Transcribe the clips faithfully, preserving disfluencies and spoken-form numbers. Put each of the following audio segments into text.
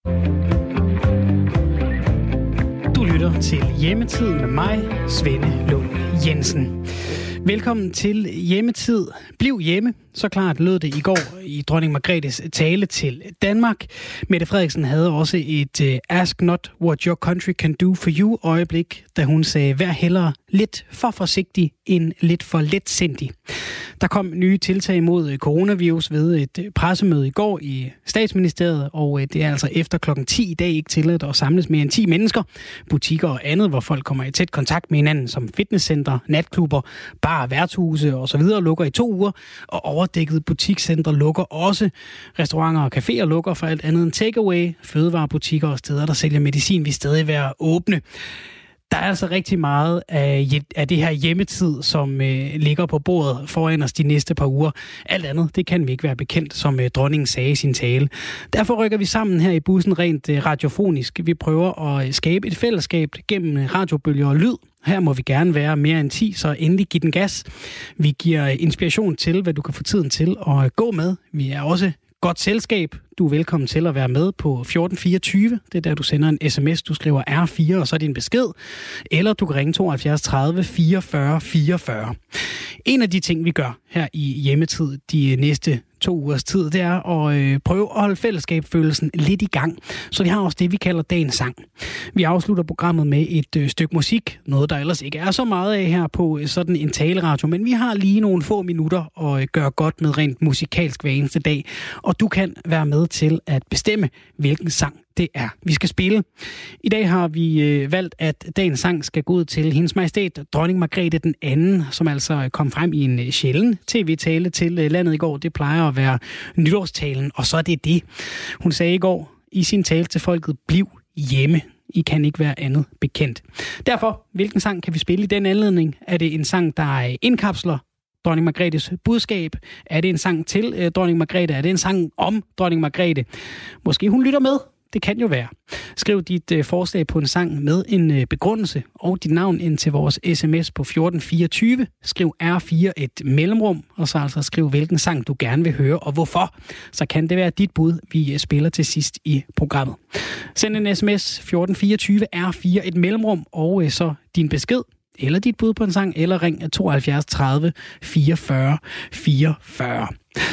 Du lytter til Hjemmetid med mig, Svende Lund Jensen. Velkommen til Hjemmetid. Bliv hjemme. Så klart lød det i går i dronning Margrethes tale til Danmark. Mette Frederiksen havde også et uh, Ask Not What Your Country Can Do For You øjeblik, da hun sagde, vær hellere lidt for forsigtig end lidt for letsindig. Der kom nye tiltag mod coronavirus ved et pressemøde i går i Statsministeriet, og det er altså efter klokken ti i dag ikke tilladt at samles mere end ti mennesker. Butikker og andet, hvor folk kommer i tæt kontakt med hinanden, som fitnesscenter, natklubber, bar, værtshuse osv. lukker i to uger, og overdækkede butikscentre lukker også. Restauranter og caféer lukker for alt andet end takeaway. Fødevarebutikker og steder, der sælger medicin, vil stadig være åbne. Der er altså rigtig meget af, af det her hjemmetid, som øh, ligger på bordet foran os de næste par uger. Alt andet, det kan vi ikke være bekendt, som øh, dronningen sagde i sin tale. Derfor rykker vi sammen her i bussen rent øh, radiofonisk. Vi prøver at skabe et fællesskab gennem radiobølger og lyd. Her må vi gerne være mere end ti, så endelig giv den gas. Vi giver inspiration til, hvad du kan få tiden til at gå med. Vi er også godt selskab. Du er velkommen til at være med på fjorten fireogtyve. Det er der, du sender en sms. Du skriver R fire, og så er din besked. Eller du kan ringe tooghalvfjerds tredive fireogfyrre fireogfyrre. En af de ting, vi gør her i hjemmetid de næste to ugers tid, det er at øh, prøve at holde fællesskabsfølelsen lidt i gang. Så vi har også det, vi kalder dagens sang. Vi afslutter programmet med et øh, stykke musik. Noget, der ellers ikke er så meget af her på øh, sådan en taleradio. Men vi har lige nogle få minutter at øh, gøre godt med rent musikalsk hver eneste dag. Og du kan være med til at bestemme, hvilken sang det er, vi skal spille. I dag har vi øh, valgt, at dagens sang skal gå ud til hendes majestæt, dronning Margrethe den anden, som altså kom frem i en øh, sjælden tv-tale til øh, landet i går. Det plejer at være nytårstalen, og så er det det. Hun sagde i går i sin tale til folket, bliv hjemme. I kan ikke være andet bekendt. Derfor, hvilken sang kan vi spille i den anledning? Er det en sang, der indkapsler dronning Margrethes budskab? Er det en sang til øh, dronning Margrethe? Er det en sang om dronning Margrethe? Måske hun lytter med. Det kan jo være. Skriv dit øh, forslag på en sang med en øh, begrundelse og dit navn ind til vores sms på fjorten fireogtyve. Skriv R fire et mellemrum, og så altså skriv, hvilken sang du gerne vil høre og hvorfor. Så kan det være dit bud, vi øh, spiller til sidst i programmet. Send en sms fjorten fireogtyve R fire et mellemrum, og øh, så din besked eller dit bud på en sang, eller ring tooghalvfjerds tredive fireogfyrre fireogfyrre.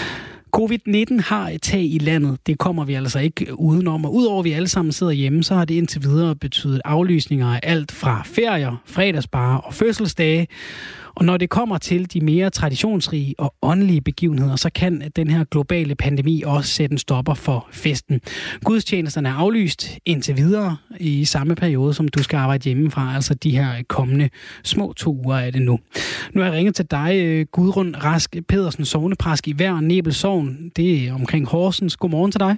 covid nitten har et tag i landet. Det kommer vi altså ikke udenom. Og udover at vi alle sammen sidder hjemme, så har det indtil videre betydet aflysninger af alt fra ferier, fredagsbarer og fødselsdage. Og når det kommer til de mere traditionsrige og åndelige begivenheder, så kan den her globale pandemi også sætte en stopper for festen. Gudstjenesterne er aflyst indtil videre i samme periode, som du skal arbejde hjemmefra, altså de her kommende små to uger er det nu. Nu har jeg ringet til dig, Gudrun Rask Pedersen, sognepræst i Vær Nebel Sogn. Det er omkring Horsens. Godmorgen til dig.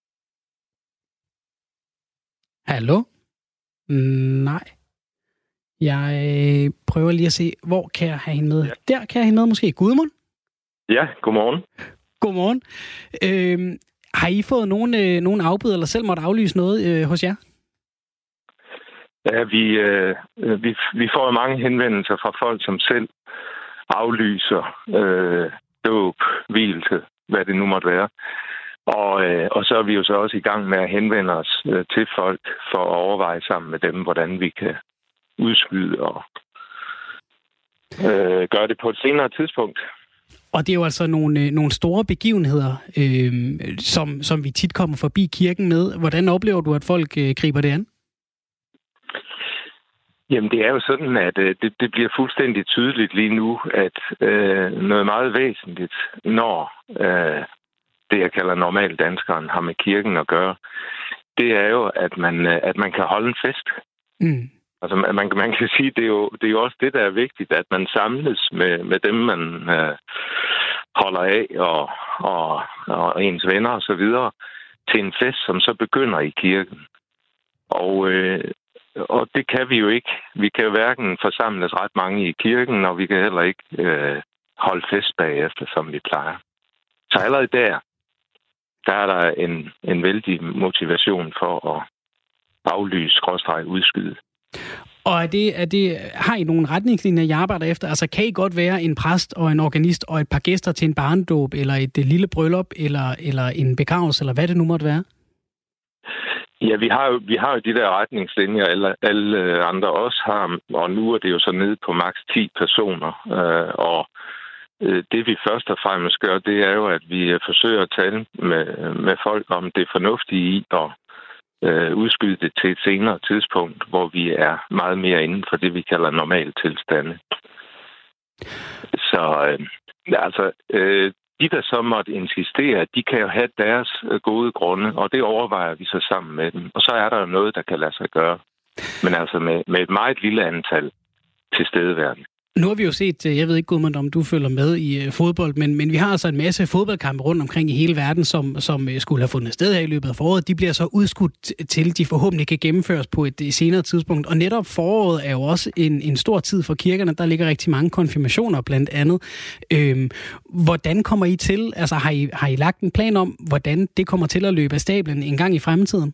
Hallo? Nej. Jeg prøver lige at se, hvor kan jeg have hende med? Ja. Der kan jeg have hende med måske. Gudmund? Ja, godmorgen. Godmorgen. Øhm, har I fået nogen, øh, nogen afbud, eller selv måtte aflyse noget øh, hos jer? Ja, vi, øh, vi, vi får mange henvendelser fra folk, som selv aflyser øh, dåb, hvilelse, hvad det nu måtte være. Og, øh, og så er vi jo så også i gang med at henvende os øh, til folk for at overveje sammen med dem, hvordan vi kan udskyde og øh, gøre det på et senere tidspunkt. Og det er jo altså nogle, nogle store begivenheder, øh, som, som vi tit kommer forbi kirken med. Hvordan oplever du, at folk øh, griber det an? Jamen, det er jo sådan, at øh, det, det bliver fuldstændig tydeligt lige nu, at øh, noget meget væsentligt, når øh, det, jeg kalder normaldanskeren, har med kirken at gøre, det er jo, at man, at man kan holde en fest. Mm. Altså, man, man kan sige, det er, jo, det er jo også det, der er vigtigt, at man samles med, med dem, man øh, holder af, og, og, og ens venner og så videre, til en fest, som så begynder i kirken. Og, øh, og det kan vi jo ikke. Vi kan jo hverken forsamles ret mange i kirken, og vi kan heller ikke øh, holde fest bagefter, som vi plejer. Så allerede der, der er der en, en vældig motivation for at aflyse, skråstreg, udskyde. Og er det, er det, har I nogle retningslinjer, I arbejder efter? Altså, kan I godt være en præst og en organist og et par gæster til en barnedåb, eller et lille bryllup, eller, eller en begravelse, eller hvad det nu måtte være? Ja, vi har jo, vi har jo de der retningslinjer, alle, alle andre også har, og nu er det jo så nede på maks ti personer. Øh, og øh, det vi først og fremmest gør, det er jo, at vi forsøger at tale med, med folk om det fornuftige i at øh, udskyde det til et senere tidspunkt, hvor vi er meget mere inden for det, vi kalder normal tilstande. Så øh, altså... Øh, De, der så måtte insistere, de kan jo have deres gode grunde, og det overvejer vi så sammen med dem. Og så er der jo noget, der kan lade sig gøre. Men altså med, med et meget lille antal tilstedeværende. Nu har vi jo set, jeg ved ikke, Gudmund, om du følger med i fodbold, men, men vi har altså en masse fodboldkampe rundt omkring i hele verden, som, som skulle have fundet sted her i løbet af foråret. De bliver så udskudt til, de forhåbentlig kan gennemføres på et senere tidspunkt. Og netop foråret er jo også en, en stor tid for kirkerne. Der ligger rigtig mange konfirmationer blandt andet. Øhm, hvordan kommer I til, altså har I, har I lagt en plan om, hvordan det kommer til at løbe af stablen en gang i fremtiden?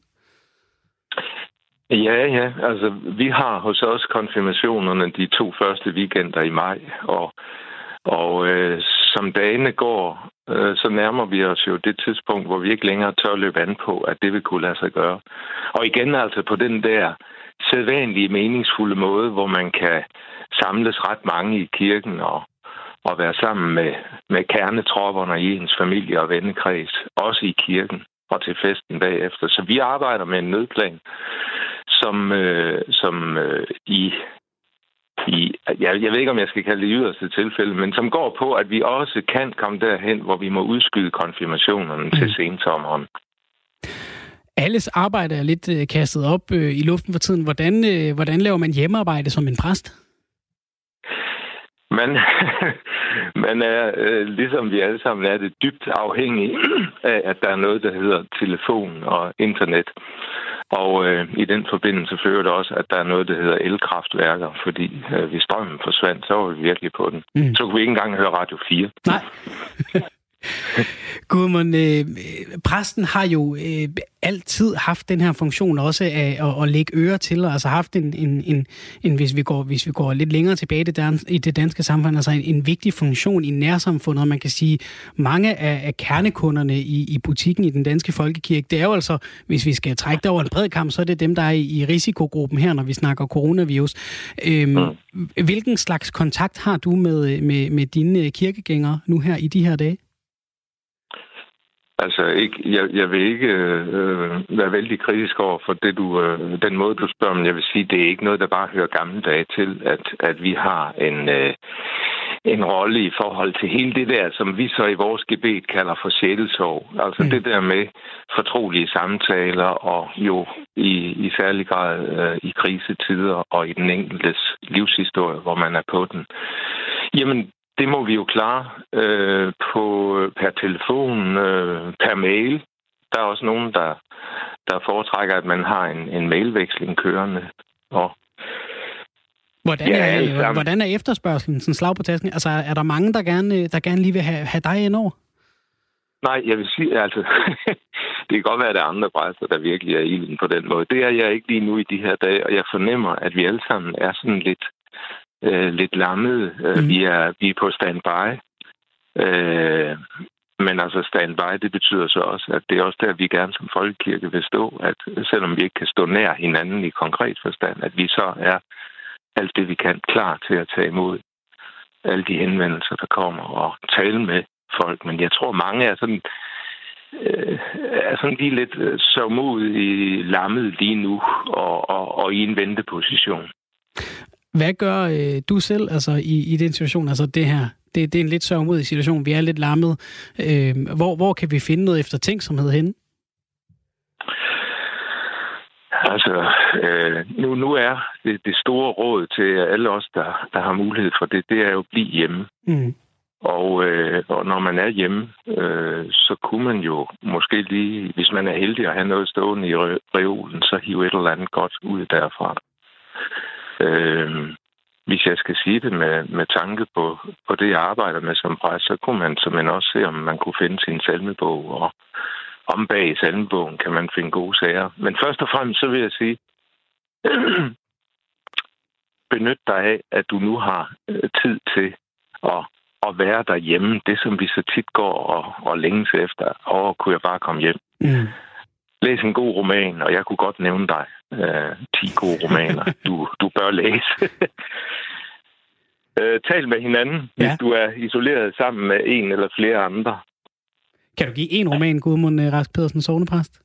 Ja, ja. Altså, vi har hos os konfirmationerne de to første weekender i maj, og, og øh, som dagene går, øh, så nærmer vi os jo det tidspunkt, hvor vi ikke længere tør løbe an på, at det vil kunne lade sig gøre. Og igen altså på den der sædvanlige, meningsfulde måde, hvor man kan samles ret mange i kirken og, og være sammen med, med kernetropperne i ens familie og vennekreds, også i kirken og til festen bagefter. Så vi arbejder med en nødplan, som, øh, som øh, i, i jeg, jeg ved ikke, om jeg skal kalde det yderste tilfælde, men som går på, at vi også kan komme derhen, hvor vi må udskyde konfirmationerne mm. til sensommeren. Alles arbejde er lidt øh, kastet op øh, i luften for tiden. Hvordan, øh, hvordan laver man hjemmearbejde som en præst? Man, man er, øh, ligesom vi alle sammen er det, dybt afhængige af, at der er noget, der hedder telefon og internet. Og øh, i den forbindelse fører det også, at der er noget, der hedder elkraftværker, fordi øh, hvis strømmen forsvandt, så var vi virkelig på den. Mm. Så kunne vi ikke engang høre Radio fire. Nej. Gudmund, øh, præsten har jo øh, altid haft den her funktion også af at, at lægge ører til, altså haft en, en, en, en hvis, vi går, hvis vi går lidt længere tilbage det der, i det danske samfund, altså en, en vigtig funktion i nærsamfundet, og man kan sige, mange af, af kernekunderne i, i butikken i den danske folkekirke, det er jo altså, hvis vi skal trække det over en bred kamp, så er det dem, der er i, i risikogruppen her, når vi snakker coronavirus. Øhm, mm. Hvilken slags kontakt har du med, med, med dine kirkegængere nu her i de her dage? Altså, ikke, jeg, jeg vil ikke øh, være vældig kritisk over for det, du, øh, den måde, du spørger, men jeg vil sige, det er ikke noget, der bare hører gamle dage til, at, at vi har en, øh, en rolle i forhold til hele det der, som vi så i vores gebet kalder for sjælsorg. Altså mm. det der med fortrolige samtaler, og jo i, i særlig grad øh, i krisetider og i den enkeltes livshistorie, hvor man er på den. Jamen, det må vi jo klare øh, på, per telefon, øh, per mail. Der er også nogen, der, der foretrækker, at man har en, en mailveksling kørende. Og hvordan, er, ja, hvordan er efterspørgselen, sådan slag på tasken? Altså, er der mange, der gerne, der gerne lige vil have, have dig indover? Nej, jeg vil sige, altså, det kan godt være, at der er andre præster, der virkelig er ilden på den måde. Det er jeg ikke lige nu i de her dage, og jeg fornemmer, at vi alle sammen er sådan lidt Øh, lidt lammet. Mm. Vi er, vi er på standby. Øh, men altså standby, det betyder så også, at det er også der, vi gerne som folkekirke vil stå, at selvom vi ikke kan stå nær hinanden i konkret forstand, at vi så er alt det, vi kan, klar til at tage imod alle de henvendelser, der kommer, og tale med folk. Men jeg tror, mange er sådan, øh, er sådan lige lidt sørgmodige, lammet lige nu, og, og, og i en venteposition. Hvad gør øh, du selv altså, i, i den situation, altså det her? Det, det er en lidt sørgmodig situation. Vi er lidt lammet. Øh, hvor, hvor kan vi finde noget eftertænksomhed henne? Altså, øh, nu, nu er det, det store råd til alle os, der, der har mulighed for det, det er jo at blive hjemme. Mm. Og, øh, og når man er hjemme, øh, så kunne man jo måske lige, hvis man er heldig at have noget stående i reolen, så hive et eller andet godt ud derfra. Øh, hvis jeg skal sige det med, med tanke på, på det, jeg arbejder med som præst, så kunne man simpelthen også se, om man kunne finde sin salmebog, og om bag i salmebogen kan man finde gode sager. Men først og fremmest så vil jeg sige, benyt dig af, at du nu har øh, tid til at, at være derhjemme. Det, som vi så tit går og, og længes efter, og kunne jeg bare komme hjem. Mm. læs en god roman, og jeg kunne godt nævne dig øh, ti gode romaner, du, du bør læse. øh, tal med hinanden, ja. Hvis du er isoleret sammen med en eller flere andre. Kan du give en roman, Gudmund Rask Pedersen, sognepræst?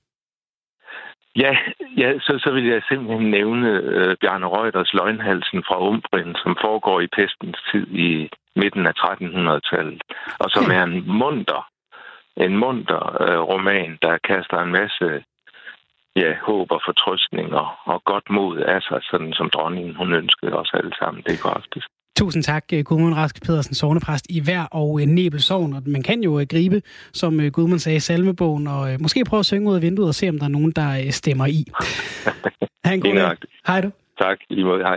Ja, ja så, så vil jeg simpelthen nævne øh, Bjarne Reuters Løgnhalsen fra Umbrien, som foregår i pestens tid i midten af trettenhundredetallet, og som okay. er en munter, en munter øh, roman, der kaster en masse ja, håb og fortrøstning og, og godt mod af sig, sådan som dronningen hun ønskede os alle sammen. Det er godt. Tusind tak, Gudmund Rask Pedersen, sognepræst i Vær og Nebel Sogn. Og man kan jo gribe, som Gudmund sagde, salmebogen, og måske prøve at synge ud af vinduet og se, om der er nogen, der stemmer i. Ha' en god dag. Hej du. Tak, i lige måde. Hej.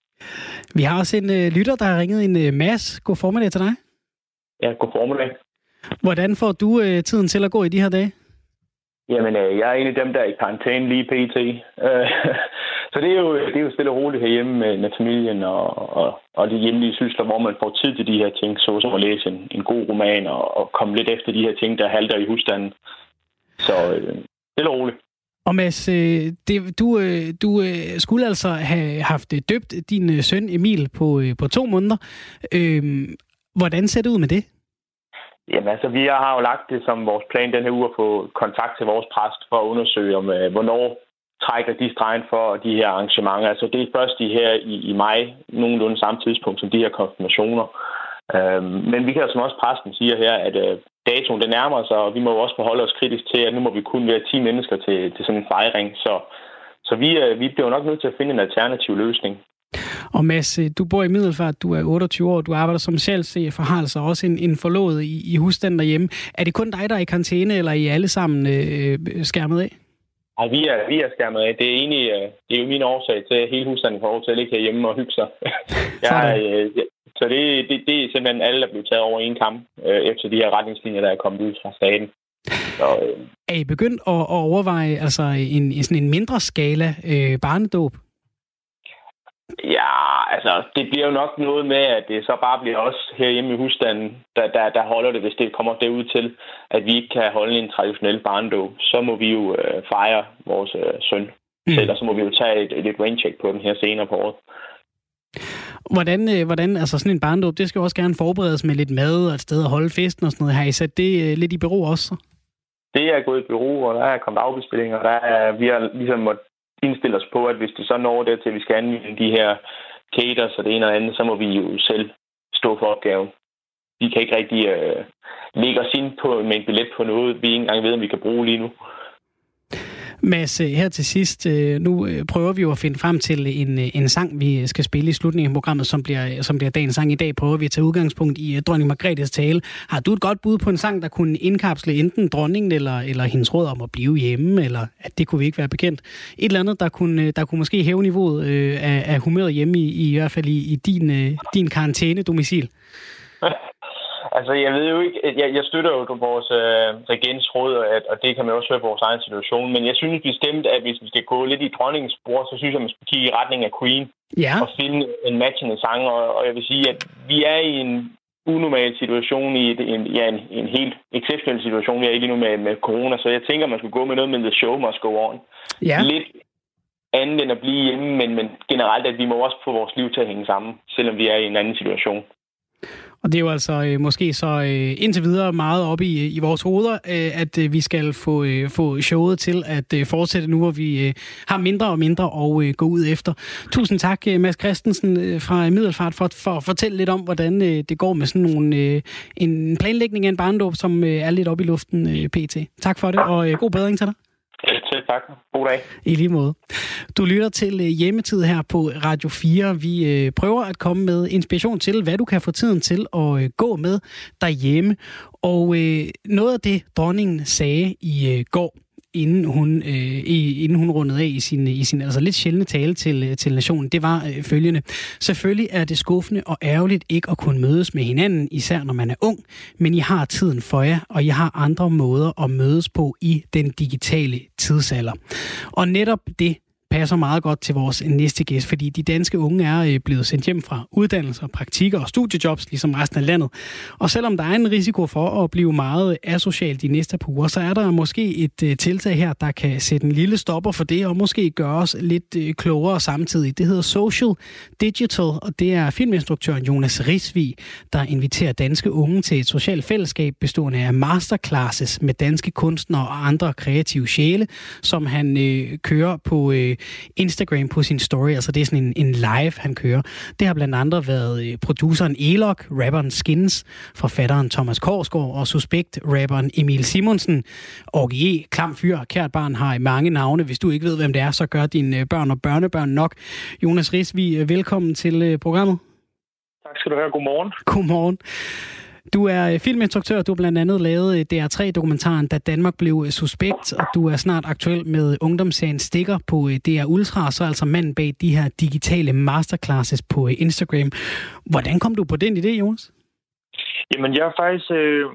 Vi har også en uh, lytter, der har ringet en uh, Mads. God formiddag til dig. Ja, god formiddag. Hvordan får du uh, tiden til at gå i de her dage? Jamen, øh, jeg er en af dem, der er i karantæne lige pt. Øh, så det er, jo, det er jo stille og roligt herhjemme med, med familien og, og, og de hjemlige sysler, hvor man får tid til de her ting, så som at læse en, en god roman og, og komme lidt efter de her ting, der halter i husstanden. Så øh, stille og roligt. Og Mads, øh, det, du, øh, du øh, skulle altså have haft døbt din øh, søn Emil på, øh, på to måneder. Øh, hvordan ser det ud med det? Jamen altså, vi har jo lagt det som vores plan den her uge at få kontakt til vores præst for at undersøge, om øh, hvornår trækker de stregen for de her arrangementer. Altså det er først i her i, i maj, nogenlunde samme tidspunkt som de her konfirmationer. Øhm, men vi kan, som også præsten siger her, at øh, datoen den nærmer sig, og vi må jo også forholde os kritisk til, at nu må vi kun være ti mennesker til, til sådan en fejring. Så, så vi, øh, vi bliver nok nødt til at finde en alternativ løsning. Og Mads, du bor i Middelfart, du er otteogtyve år, du arbejder som salgschef og har altså også en, en forlovet i, i husstanden derhjemme. Er det kun dig, der er i karantæne, eller er I alle sammen øh, skærmet af? Nej, vi er, vi er skærmet af. Det er egentlig øh, det er jo min årsag til, at hele husstanden får lov til at ligge herhjemme og hygge sig. jeg, øh, så det, det, det er simpelthen alle, der bliver taget over en kamp øh, efter de her retningslinjer, der er kommet ud fra staten. Så, øh. Er I begyndt at, at overveje altså en, sådan en mindre skala øh, barnedåb? Ja, altså, det bliver jo nok noget med, at det så bare bliver os herhjemme i husstanden, der, der, der holder det, hvis det kommer derud til, at vi ikke kan holde en traditionel barndåb. Så må vi jo øh, fejre vores øh, søn mm. selv, og så må vi jo tage et, et, et raincheck på den her senere på året. Hvordan, øh, hvordan, altså sådan en barndåb, det skal jo også gerne forberedes med lidt mad og et sted at holde festen og sådan noget. Har I sat det øh, lidt i bero også? Det er gået i bero, og der er kommet afbestillinger, der er, vi har ligesom måttet indstille os på, at hvis det så når det til, at vi skal anvende de her caters og det ene og andet, så må vi jo selv stå for opgaven. Vi kan ikke rigtig øh, lægge os ind på, med en billet på noget, vi ikke engang ved, om vi kan bruge lige nu. Mads, her til sidst, nu prøver vi jo at finde frem til en, en sang, vi skal spille i slutningen af programmet, som bliver, som bliver dagens sang. I dag prøver vi at tage udgangspunkt i dronning Margrethes tale. Har du et godt bud på en sang, der kunne indkapsle enten dronningen eller, eller hendes råd om at blive hjemme, eller at det kunne vi ikke være bekendt? Et eller andet, der kunne, der kunne måske hæve niveauet af, af humøret hjemme, i, i hvert fald i, i din, din karantæne-domicil? Altså, jeg ved jo ikke, jeg, jeg støtter jo vores øh, regensråd, og, og det kan man også høre på vores egen situation, men jeg synes bestemt, at hvis vi skal gå lidt i dronningens spor, så synes jeg, man skal kigge i retning af Queen ja. og finde en matchende sang, og, og jeg vil sige, at vi er i en unormal situation, i et, en, ja, en, en helt exceptionel situation, vi er i lige nu med, med corona, så jeg tænker, man skulle gå med noget med The Show Must Go On. Ja. Lidt andet end at blive hjemme, men, men generelt, at vi må også få vores liv til at hænge sammen, selvom vi er i en anden situation. Og det er jo altså øh, måske så øh, indtil videre meget op i, i vores hoveder, øh, at øh, vi skal få, øh, få showet til at øh, fortsætte nu, hvor vi øh, har mindre og mindre at øh, gå ud efter. Tusind tak, øh, Mads Christensen øh, fra Middelfart, for, for at fortælle lidt om, hvordan øh, det går med sådan nogle, øh, en planlægning af en barndåb, som øh, er lidt op i luften øh, pt. Tak for det, og øh, god bedring til dig. Selv tak. God dag. I lige måde. Du lytter til Hjemmetid her på Radio fire. Vi prøver at komme med inspiration til, hvad du kan få tiden til at gå med derhjemme. Og noget af det, dronningen sagde i går, inden hun, øh, inden hun rundede af i sin, i sin altså lidt sjældne tale til, til nationen, det var øh, følgende. Selvfølgelig er det skuffende og ærgerligt ikke at kunne mødes med hinanden, især når man er ung, men I har tiden for jer, og I har andre måder at mødes på i den digitale tidsalder. Og netop det, passer meget godt til vores næste gæst, fordi de danske unge er blevet sendt hjem fra uddannelser, praktikker og studiejobs, ligesom resten af landet. Og selvom der er en risiko for at blive meget asocial de næste par uger, så er der måske et tiltag her, der kan sætte en lille stopper for det, og måske gøre os lidt klogere samtidig. Det hedder Social Digital, og det er filminstruktøren Jonas Risvig, der inviterer danske unge til et socialt fællesskab bestående af masterclasses med danske kunstnere og andre kreative sjæle, som han øh, kører på øh, Instagram på sin story. Altså det er sådan en, en live, han kører. Det har blandt andet været øh, produceren Elok, rapperen Skins, forfatteren Thomas Korsgaard og Suspekt-rapperen Emil Simonsen. Og E, klam fyr, kært barn, har mange navne. Hvis du ikke ved, hvem det er, så gør dine børn og børnebørn nok. Jonas Risvig, velkommen til øh, programmet. Tak skal du have. Godmorgen. Godmorgen. Du er filminstruktør, du har blandt andet lavet D R tre-dokumentaren, da Danmark blev suspekt, og du er snart aktuel med ungdomsserien Stikker på D R Ultra, og så altså manden bag de her digitale masterclasses på Instagram. Hvordan kom du på den idé, Jonas? Jamen, jeg er faktisk... Øh...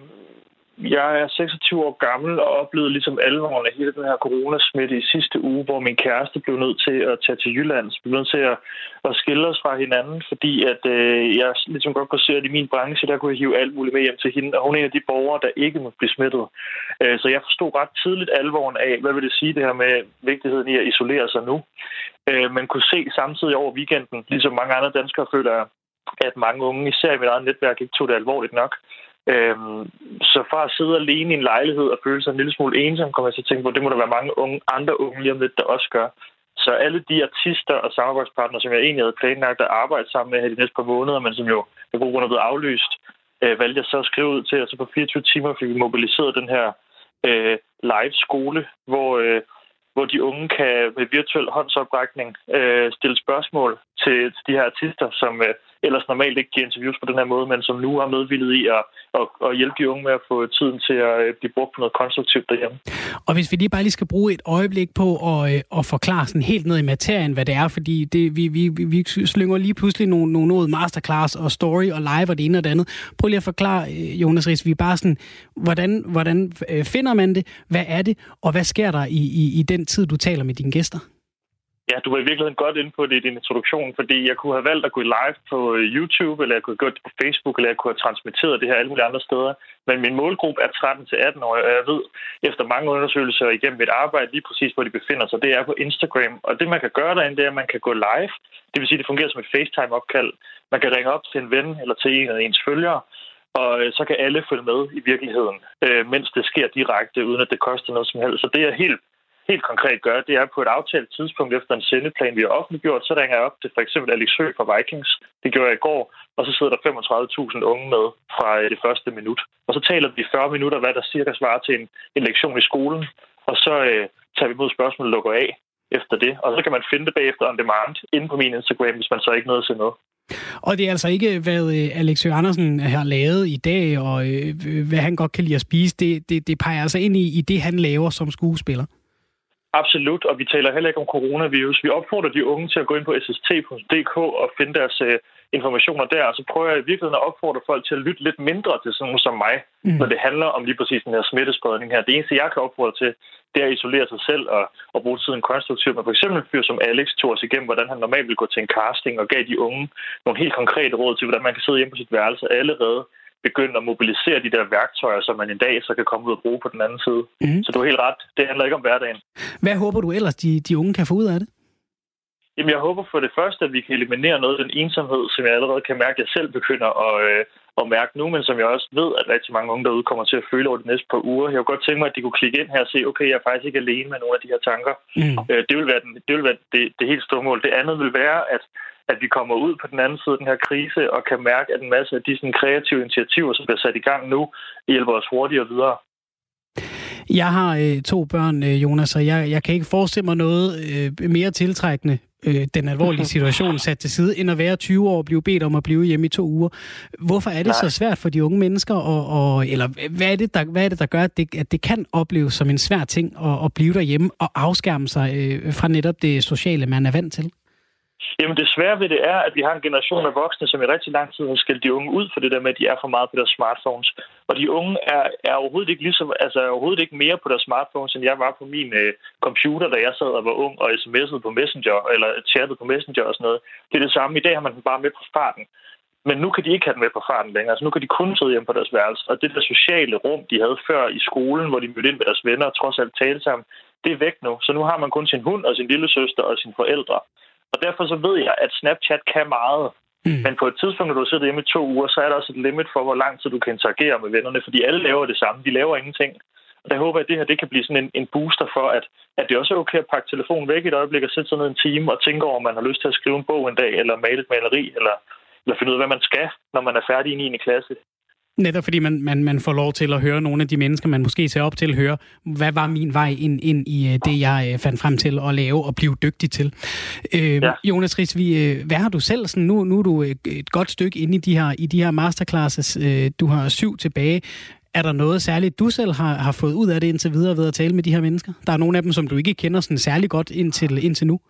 Jeg er seksogtyve år gammel og oplevede ligesom alvoren af hele den her coronasmitte i sidste uge, hvor min kæreste blev nødt til at tage til Jylland. Så blev nødt til at, at skille os fra hinanden, fordi at, øh, jeg ligesom godt kunne se, at i min branche, der kunne jeg hive alt muligt med hjem til hende. Og hun er en af de borgere, der ikke må blive smittet. Øh, så jeg forstod ret tidligt alvoren af, hvad vil det sige det her med vigtigheden i at isolere sig nu. Øh, man kunne se samtidig over weekenden, ligesom mange andre danskere føler, at mange unge, især i mit eget netværk, ikke tog det alvorligt nok. Øhm, så fra at sidde alene i en lejlighed og føle sig en lille smule ensom, kommer jeg til at tænke på, det må der være mange unge, andre unge lige om lidt, der også gør. Så alle de artister og samarbejdspartnere, som jeg egentlig havde planlagt at arbejde sammen med her de næste par måneder, men som jo af god grund er blevet aflyst, øh, valgte jeg så at skrive ud til, og så på fireogtyve timer fik vi mobiliseret den her øh, live-skole, hvor, øh, hvor de unge kan med virtuel håndsoprækning øh, stille spørgsmål til, til de her artister, som øh, ellers normalt ikke giver interviews på den her måde, men som nu har medvillet i at, at, at hjælpe de unge med at få tiden til at blive brugt på noget konstruktivt derhjemme. Og hvis vi lige bare lige skal bruge et øjeblik på at, at forklare sådan helt ned i materien, hvad det er, fordi det, vi, vi, vi slynger lige pludselig nogle, nogle noget masterclass og story og live og det ene og det andet. Prøv lige at forklare, Jonas Riis, vi bare sådan, hvordan, hvordan finder man det, hvad er det, og hvad sker der i, i, i den tid, du taler med dine gæster? Ja, du var i virkeligheden godt inde på det i din introduktion, fordi jeg kunne have valgt at gå live på YouTube, eller jeg kunne have gjort det på Facebook, eller jeg kunne have transmitteret det her alle mulige andre steder. Men min målgruppe er tretten til atten år, og jeg ved efter mange undersøgelser igennem mit arbejde lige præcis, hvor de befinder sig, det er på Instagram. Og det, man kan gøre derinde, det er, at man kan gå live. Det vil sige, at det fungerer som et FaceTime-opkald. Man kan ringe op til en ven eller til en af ens følgere, og så kan alle følge med i virkeligheden, mens det sker direkte, uden at det koster noget som helst. Så det er helt helt konkret gør, det er på et aftalt tidspunkt efter en sendeplan, vi har offentliggjort, så ringer jeg op til for eksempel Alex Høgh fra Vikings. Det gjorde jeg i går, og så sidder der femogtredive tusind unge med fra det første minut. Og så taler vi fyrre minutter, hvad der cirka svarer til en, en lektion i skolen, og så øh, tager vi mod spørgsmål og lukker af efter det. Og så kan man finde det bagefter on demand inde på min Instagram, hvis man så ikke nåede at se noget. Og det er altså ikke, hvad Alex Høgh Andersen har lavet i dag, og øh, hvad han godt kan lide at spise. Det, det, det peger altså ind i, i det, han laver som skuespiller. Absolut, og vi taler heller ikke om coronavirus. Vi opfordrer de unge til at gå ind på s s t punktum d k og finde deres uh, informationer der, og så prøver jeg i virkeligheden at opfordre folk til at lytte lidt mindre til sådan nogen som mig, mm. når det handler om lige præcis den her smittespredning her. Det eneste, jeg kan opfordre til, det er at isolere sig selv og, og bruge tiden konstruktivt. Men for eksempel en fyr som Alex tog os igennem, hvordan han normalt ville gå til en casting og gav de unge nogle helt konkrete råd til, hvordan man kan sidde hjemme på sit værelse allerede begynde at mobilisere de der værktøjer, som man en dag så kan komme ud og bruge på den anden side. Mm. Så du er helt ret. Det handler ikke om hverdagen. Hvad håber du ellers, de, de unge kan få ud af det? Jamen, jeg håber for det første, at vi kan eliminere noget af den ensomhed, som jeg allerede kan mærke, at jeg selv begynder at, øh, at mærke nu, men som jeg også ved, at rigtig mange unge derude kommer til at føle over de næste par uger. Jeg kunne godt tænke mig, at de kunne klikke ind her og se, okay, jeg er faktisk ikke alene med nogle af de her tanker. Mm. Øh, det vil være, den, det, vil være det, det helt store mål. Det andet vil være, at at vi kommer ud på den anden side af den her krise og kan mærke, at en masse af de sådan, kreative initiativer, som bliver sat i gang nu, hjælper os hurtigere videre. Jeg har øh, to børn, øh, Jonas, og jeg, jeg kan ikke forestille mig noget øh, mere tiltrækkende, øh, den alvorlige situation sat til side, end at være tyve år og blive bedt om at blive hjemme i to uger. Hvorfor er det Nej. så svært for de unge mennesker, og, og, eller hvad er, det, der, hvad er det, der gør, at det, at det kan opleves som en svær ting at, at blive derhjemme og afskærme sig øh, fra netop det sociale, man er vant til? Jamen det svære ved det er, at vi har en generation af voksne, som i rigtig lang tid har skældt de unge ud for det der med, at de er for meget på deres smartphones. Og de unge er, er overhovedet ikke ligesom, altså er overhovedet ikke mere på deres smartphones, end jeg var på min øh, computer, da jeg sad og var ung og sms'ede på Messenger, eller chattede på Messenger og sådan noget. Det er det samme. I dag har man den bare med på farten. Men nu kan de ikke have den med på farten længere. Altså nu kan de kun sidde hjemme på deres værelse. Og det der sociale rum, de havde før i skolen, hvor de mødte ind med deres venner og trods alt tale sammen, det er væk nu. Så nu har man kun sin hund og sin lillesøster og sine forældre. Og derfor så ved jeg, at Snapchat kan meget. Mm. Men på et tidspunkt, når du sidder hjemme i to uger, så er der også et limit for, hvor lang tid du kan interagere med vennerne. Fordi alle laver det samme. De laver ingenting. Og der håber jeg, at det her det kan blive sådan en, en booster for, at, at det også er okay at pakke telefonen væk et øjeblik og sætte sig ned en time og tænke over, om man har lyst til at skrive en bog en dag, eller male et maleri, eller, eller finde ud af, hvad man skal, når man er færdig i niende klasse. Netop fordi man, man, man får lov til at høre nogle af de mennesker, man måske ser op til at høre, hvad var min vej ind, ind i det, jeg fandt frem til at lave og blive dygtig til. Øh, ja. Jonas Risvig, hvad har du selv? Sådan, nu, nu er du et godt stykke inde i de her, i de her masterclasses. Du har syv tilbage. Er der noget særligt, du selv har, har fået ud af det indtil videre ved at tale med de her mennesker? Der er nogle af dem, som du ikke kender sådan særlig godt indtil, indtil nu.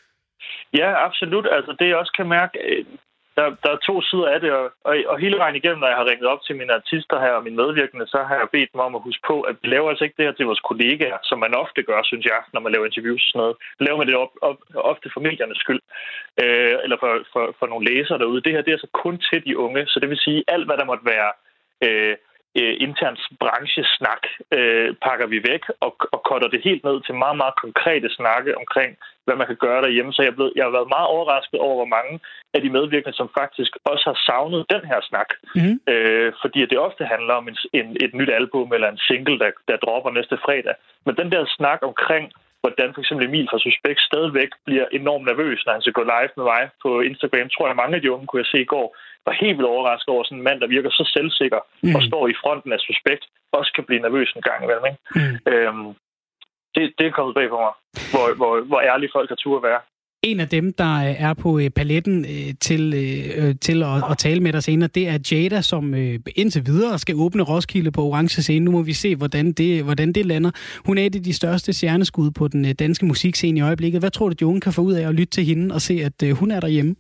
Ja, absolut. Altså det, jeg også kan mærke... Der, der er to sider af det, og, og, og hele vejen igennem, når jeg har ringet op til mine artister her og mine medvirkende, så har jeg bedt dem om at huske på, at vi laver altså ikke det her til vores kollegaer, som man ofte gør, synes jeg, når man laver interviews og sådan noget. Vi laver man det op, op, ofte for mediernes skyld, øh, eller for, for, for nogle læsere derude. Det her det er altså kun til de unge, så det vil sige, alt hvad der måtte være øh, øh, internt branchesnak, øh, pakker vi væk og, og cutter det helt ned til meget, meget konkrete snakke omkring, hvad man kan gøre derhjemme. Så jeg, er blevet, jeg har været meget overrasket over, hvor mange af de medvirkende, som faktisk også har savnet den her snak. Mm. Øh, fordi det ofte handler om en, en, et nyt album eller en single, der, der dropper næste fredag. Men den der snak omkring, hvordan for eksempel Emil fra Suspekt stadigvæk bliver enormt nervøs, når han skal gå live med mig på Instagram, tror jeg, mange af de unge, kunne jeg se i går, var helt vildt overrasket over sådan en mand, der virker så selvsikker mm. og står i fronten af Suspekt, også kan blive nervøs en gang imellem. Ikke? Mm. Øhm, det, det er kommet bag på mig, hvor, hvor, hvor ærlige folk har tur at være. En af dem, der er på paletten til, til at, at tale med dig senere, det er Jada, som indtil videre skal åbne Roskilde på Orange Scene. Nu må vi se, hvordan det, hvordan det lander. Hun er et af de største stjerneskud på den danske musikscene i øjeblikket. Hvad tror du, de unge kan få ud af at lytte til hende og se, at hun er derhjemme?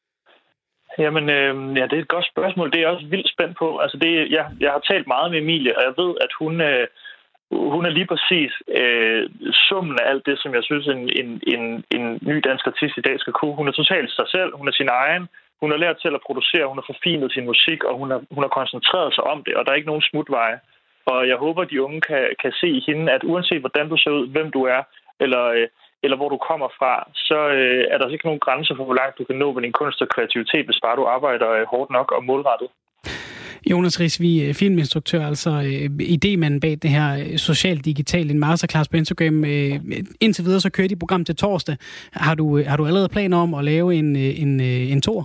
Jamen, øh, ja, det er et godt spørgsmål. Det er jeg også vildt spændt på. Altså, det, jeg, jeg har talt meget med Emilie, og jeg ved, at hun... Øh, Hun er lige præcis øh, summen af alt det, som jeg synes, en, en, en, en ny dansk artist i dag skal kunne. Hun er totalt sig selv, hun er sin egen, hun har lært til at producere, hun har forfinet sin musik, og hun har, hun har koncentreret sig om det, og der er ikke nogen smutveje. Og jeg håber, at de unge kan, kan se i hende, at uanset hvordan du ser ud, hvem du er, eller, øh, eller hvor du kommer fra, så øh, er der ikke nogen grænser for, hvor langt du kan nå med din kunst og kreativitet, hvis bare du arbejder øh, hårdt nok og målrettet. Jonas Risvig, filminstruktør, altså øh, idémanden bag det her social-digital, en masterclass på Instagram. Øh, indtil videre så kører de program til torsdag. Har du, har du allerede planer om at lave en, en, en tour?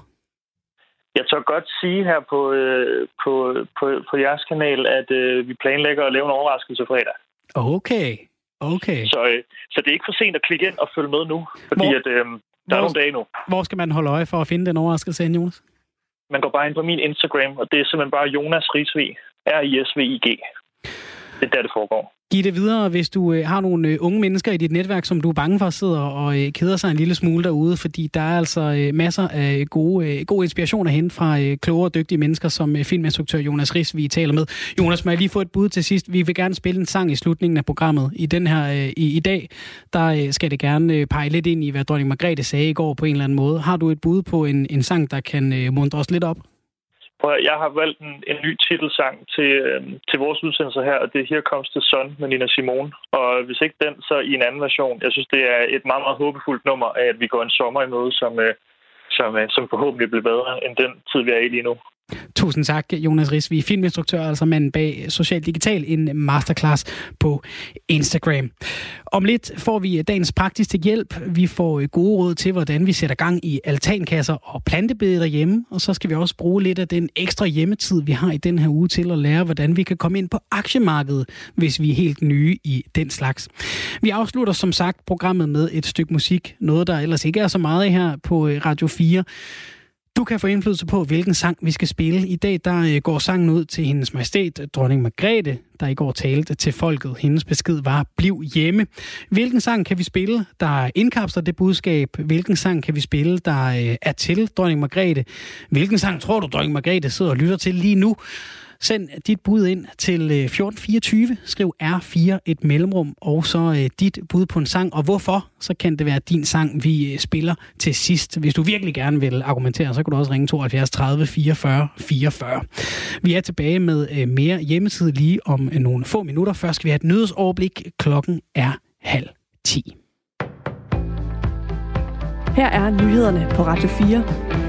Jeg tør godt sige her på, øh, på, på, på jeres kanal, at øh, vi planlægger at lave en overraskelse fredag. Okay, okay. Så, øh, så det er ikke for sent at klikke ind og følge med nu, fordi hvor, at, øh, der hvor, er nogle dage nu. Hvor skal man holde øje for at finde den overraskelse, Jonas? Man går bare ind på min Instagram, og det er simpelthen bare Jonas Risvig. R I S V I G. Det er der, det foregår. Giv det videre, hvis du øh, har nogle øh, unge mennesker i dit netværk, som du er bange for at sidde og øh, keder sig en lille smule derude, fordi der er altså øh, masser af gode, øh, god inspiration at hente fra øh, kloge og dygtige mennesker, som øh, filminstruktør Jonas Risvig taler med. Jonas, må jeg lige få et bud til sidst? Vi vil gerne spille en sang i slutningen af programmet. I den her øh, i, i dag, der øh, skal det gerne øh, pege lidt ind i, hvad dronning Margrethe sagde i går på en eller anden måde. Har du et bud på en, en sang, der kan øh, muntre os lidt op? Jeg har valgt en, en ny titelsang til, øh, til vores udsendelse her, og det er Here Comes the Sun med Nina Simone. Og hvis ikke den, så i en anden version. Jeg synes, det er et meget, meget håbefuldt nummer af, at vi går en sommer i møde, som, øh, som, øh, som forhåbentlig bliver bedre end den tid, vi er i lige nu. Tusind tak, Jonas Risvig, filminstruktør, altså manden bag Social Digital, en masterclass på Instagram. Om lidt får vi dagens praktiske hjælp. Vi får gode råd til, hvordan vi sætter gang i altankasser og plantebede derhjemme. Og så skal vi også bruge lidt af den ekstra hjemmetid, vi har i den her uge til at lære, hvordan vi kan komme ind på aktiemarkedet, hvis vi er helt nye i den slags. Vi afslutter som sagt programmet med et stykke musik. Noget, der ellers ikke er så meget her på Radio fire. Du kan få indflydelse på, hvilken sang vi skal spille. I dag der går sangen ud til hendes majestæt, dronning Margrethe, der i går talte til folket. Hendes besked var, bliv hjemme. Hvilken sang kan vi spille, der indkapsler det budskab? Hvilken sang kan vi spille, der er til dronning Margrethe? Hvilken sang tror du, dronning Margrethe sidder og lytter til lige nu? Send dit bud ind til fjorten fireogtyve, skriv R fire et mellemrum, og så dit bud på en sang. Og hvorfor, så kan det være din sang, vi spiller til sidst. Hvis du virkelig gerne vil argumentere, så kan du også ringe tooghalvfjerds tredive fireogfyrre fireogfyrre. Vi er tilbage med mere hjemmeside lige om nogle få minutter. Først skal vi have et nyhedsoverblik. Klokken er halv ti. Her er nyhederne på Radio fire.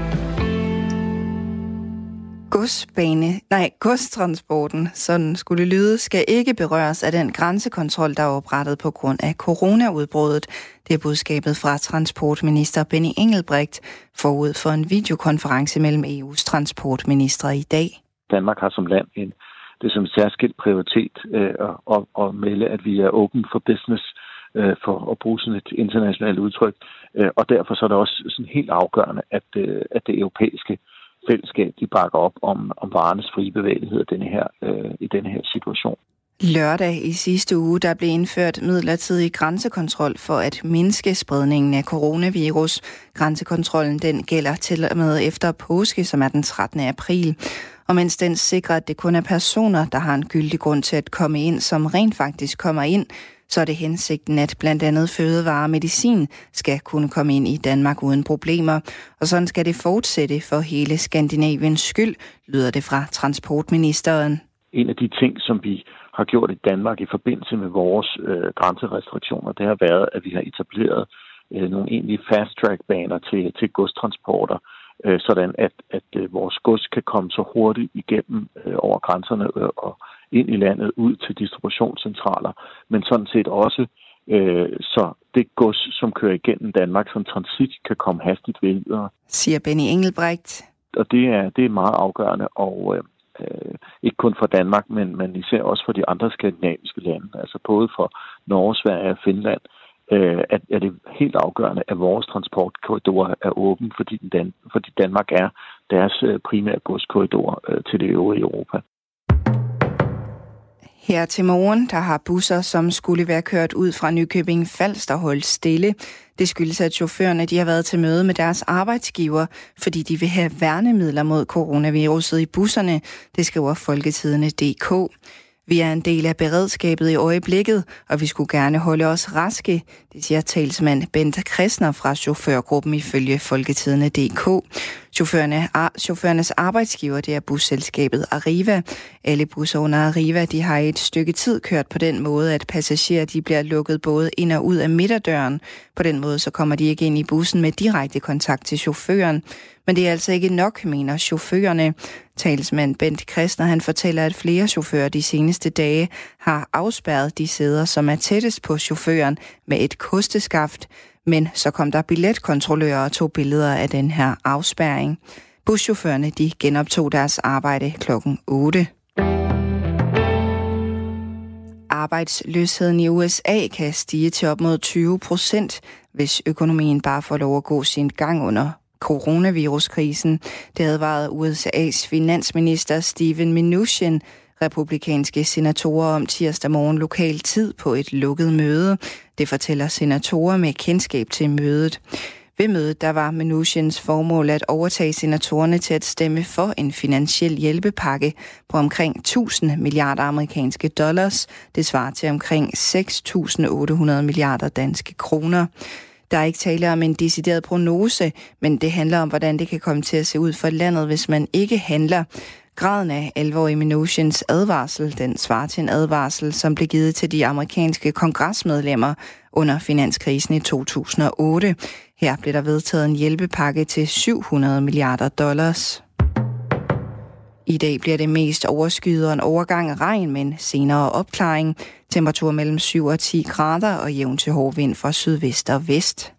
Godsbane, nej, godstransporten, sådan skulle det lyde, skal ikke berøres af den grænsekontrol, der er oprettet på grund af coronaudbruddet. Det er budskabet fra transportminister Benny Engelbrecht forud for en videokonference mellem E U's transportministre i dag. Danmark har som land en, det er som en særskilt prioritet øh, at, at melde, at vi er open for business, øh, for at bruge sådan et internationalt udtryk. Øh, og derfor så er det også sådan helt afgørende, at, øh, at det europæiske fællesskab, de bakker op om, om varernes frie bevægelighed denne her, øh, i denne her situation. Lørdag i sidste uge, der blev indført midlertidig grænsekontrol for at mindske spredningen af coronavirus. Grænsekontrollen den gælder til og med efter påske, som er den trettende april. Og mens den sikrer, at det kun er personer, der har en gyldig grund til at komme ind, som rent faktisk kommer ind, så er det hensigten, at blandt andet fødevarer og medicin skal kunne komme ind i Danmark uden problemer. Og sådan skal det fortsætte for hele Skandinaviens skyld, lyder det fra transportministeren. En af de ting, som vi har gjort i Danmark i forbindelse med vores øh, grænserestriktioner, det har været, at vi har etableret øh, nogle egentlige fast-track-baner til, til godstransporter, øh, sådan at, at øh, vores gods kan komme så hurtigt igennem øh, over grænserne øh, og ind i landet ud til distributionscentraler, men sådan set også øh, så det gods, som kører igennem Danmark som transit, kan komme hastigt videre. Siger Benny Engelbrecht. Og det er, det er meget afgørende, og øh, ikke kun for Danmark, men, men især også for de andre skandinaviske lande, altså både for Norge, Sverige og Finland, øh, at, at det er helt afgørende, at vores transportkorridor er åben, fordi, Dan, fordi Danmark er deres primære godskorridor øh, til det øvrige Europa. Her til morgen, der har busser, som skulle være kørt ud fra Nykøbing Falster, holdt stille. Det skyldes, at chaufførerne de har været til møde med deres arbejdsgiver, fordi de vil have værnemidler mod coronaviruset i busserne, det skriver Folketidende punktum d k. Vi er en del af beredskabet i øjeblikket, og vi skulle gerne holde os raske, det siger talsmand Bent Kristner fra chaufførgruppen ifølge Folketidende punktum d k. Chaufførerne, ar, chaufførernes arbejdsgiver, det er busselskabet Arriva. Alle busser under Arriva, de har i et stykke tid kørt på den måde, at passagerer de bliver lukket både ind og ud af midterdøren. På den måde så kommer de ikke ind i bussen med direkte kontakt til chaufføren. Men det er altså ikke nok, mener chaufførerne. Talsmand Bent Kristner, han fortæller, at flere chauffører de seneste dage har afspærret de sæder, som er tættest på chaufføren med et kosteskaft. Men så kom der billetkontrollører og tog billeder af den her afspærring. Buschaufførerne de genoptog deres arbejde klokken otte. Arbejdsløsheden i U S A kan stige til op mod tyve procent, hvis økonomien bare får lov at gå sin gang under coronaviruskrisen. Det advarede U S A's finansminister Steven Mnuchin republikanske senatorer om tirsdag morgen lokal tid på et lukket møde. Det fortæller senatorer med kendskab til mødet. Ved mødet der var Mnuchins formål at overtage senatorerne til at stemme for en finansiel hjælpepakke på omkring tusind milliarder amerikanske dollars. Det svarer til omkring seks tusind otte hundrede milliarder danske kroner. Der er ikke tale om en decideret prognose, men det handler om, hvordan det kan komme til at se ud for landet, hvis man ikke handler. Graden af alvor i Mnuchins advarsel, den svarer til en advarsel, som blev givet til de amerikanske kongresmedlemmer under finanskrisen i to tusind og otte. Her blev der vedtaget en hjælpepakke til syv hundrede milliarder dollars. I dag bliver det mest overskyet og en overgang af regn, men senere opklaring. Temperatur mellem syv og ti grader og jævn til hård vind fra sydvest og vest.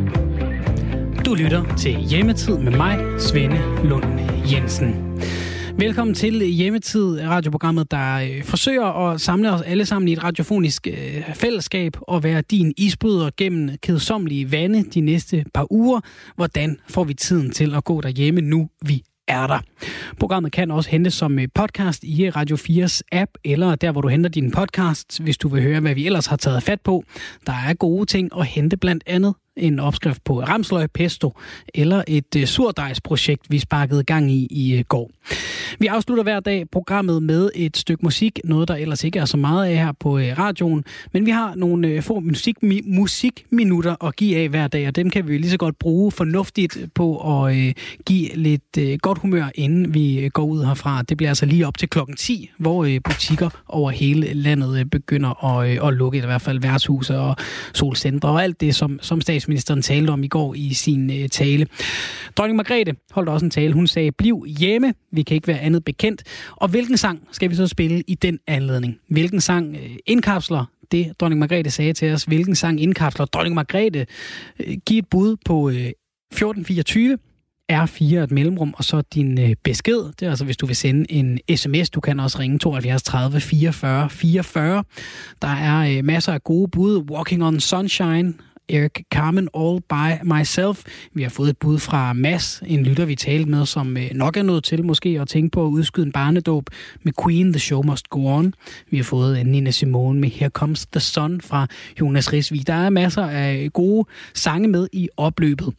Du lytter til Hjemmetid med mig, Svende Lund Jensen. Velkommen til Hjemmetid, radioprogrammet, der øh, forsøger at samle os alle sammen i et radiofonisk øh, fællesskab og være din isbryder gennem kedsommelige vande de næste par uger. Hvordan får vi tiden til at gå derhjemme nu, vi er der? Programmet kan også hentes som podcast i Radio fires app, eller der, hvor du henter dine podcasts, hvis du vil høre, hvad vi ellers har taget fat på. Der er gode ting at hente, blandt andet en opskrift på ramsløg pesto, eller et uh, surdejsprojekt, vi sparkede gang i i uh, går. Vi afslutter hver dag programmet med et stykke musik, noget der ellers ikke er så meget af her på uh, radioen, men vi har nogle uh, få musik, mi, musikminutter at give af hver dag, og dem kan vi lige så godt bruge fornuftigt på at uh, give lidt uh, godt humør, inden vi uh, går ud herfra. Det bliver altså lige op til klokken ti, hvor uh, butikker over hele landet uh, begynder at, uh, at lukke, i hvert fald værtshuse og solcentre og alt det, som, som statsministeren Ministeren talte om i går i sin øh, tale. Dronning Margrethe holdt også en tale. Hun sagde, bliv hjemme. Vi kan ikke være andet bekendt. Og hvilken sang skal vi så spille i den anledning? Hvilken sang øh, indkapsler det, Dronning Margrethe sagde til os? Hvilken sang indkapsler Dronning Margrethe? Øh, giv et bud på øh, fjorten fireogtyve. R fire et mellemrum, og så din øh, besked. Det er altså, hvis du vil sende en sms. Du kan også ringe tooghalvfjerds tredive fireogfyrre fireogfyrre. Der er øh, masser af gode bud. Walking on Sunshine, Eric Carmen, All By Myself. Vi har fået et bud fra Mads, en lytter, vi talte med, som nok er nået til måske at tænke på at udskyde en barnedåb med Queen, The Show Must Go On. Vi har fået Nina Simone med Here Comes the Sun fra Jonas Risvig. Der er masser af gode sange med i opløbet.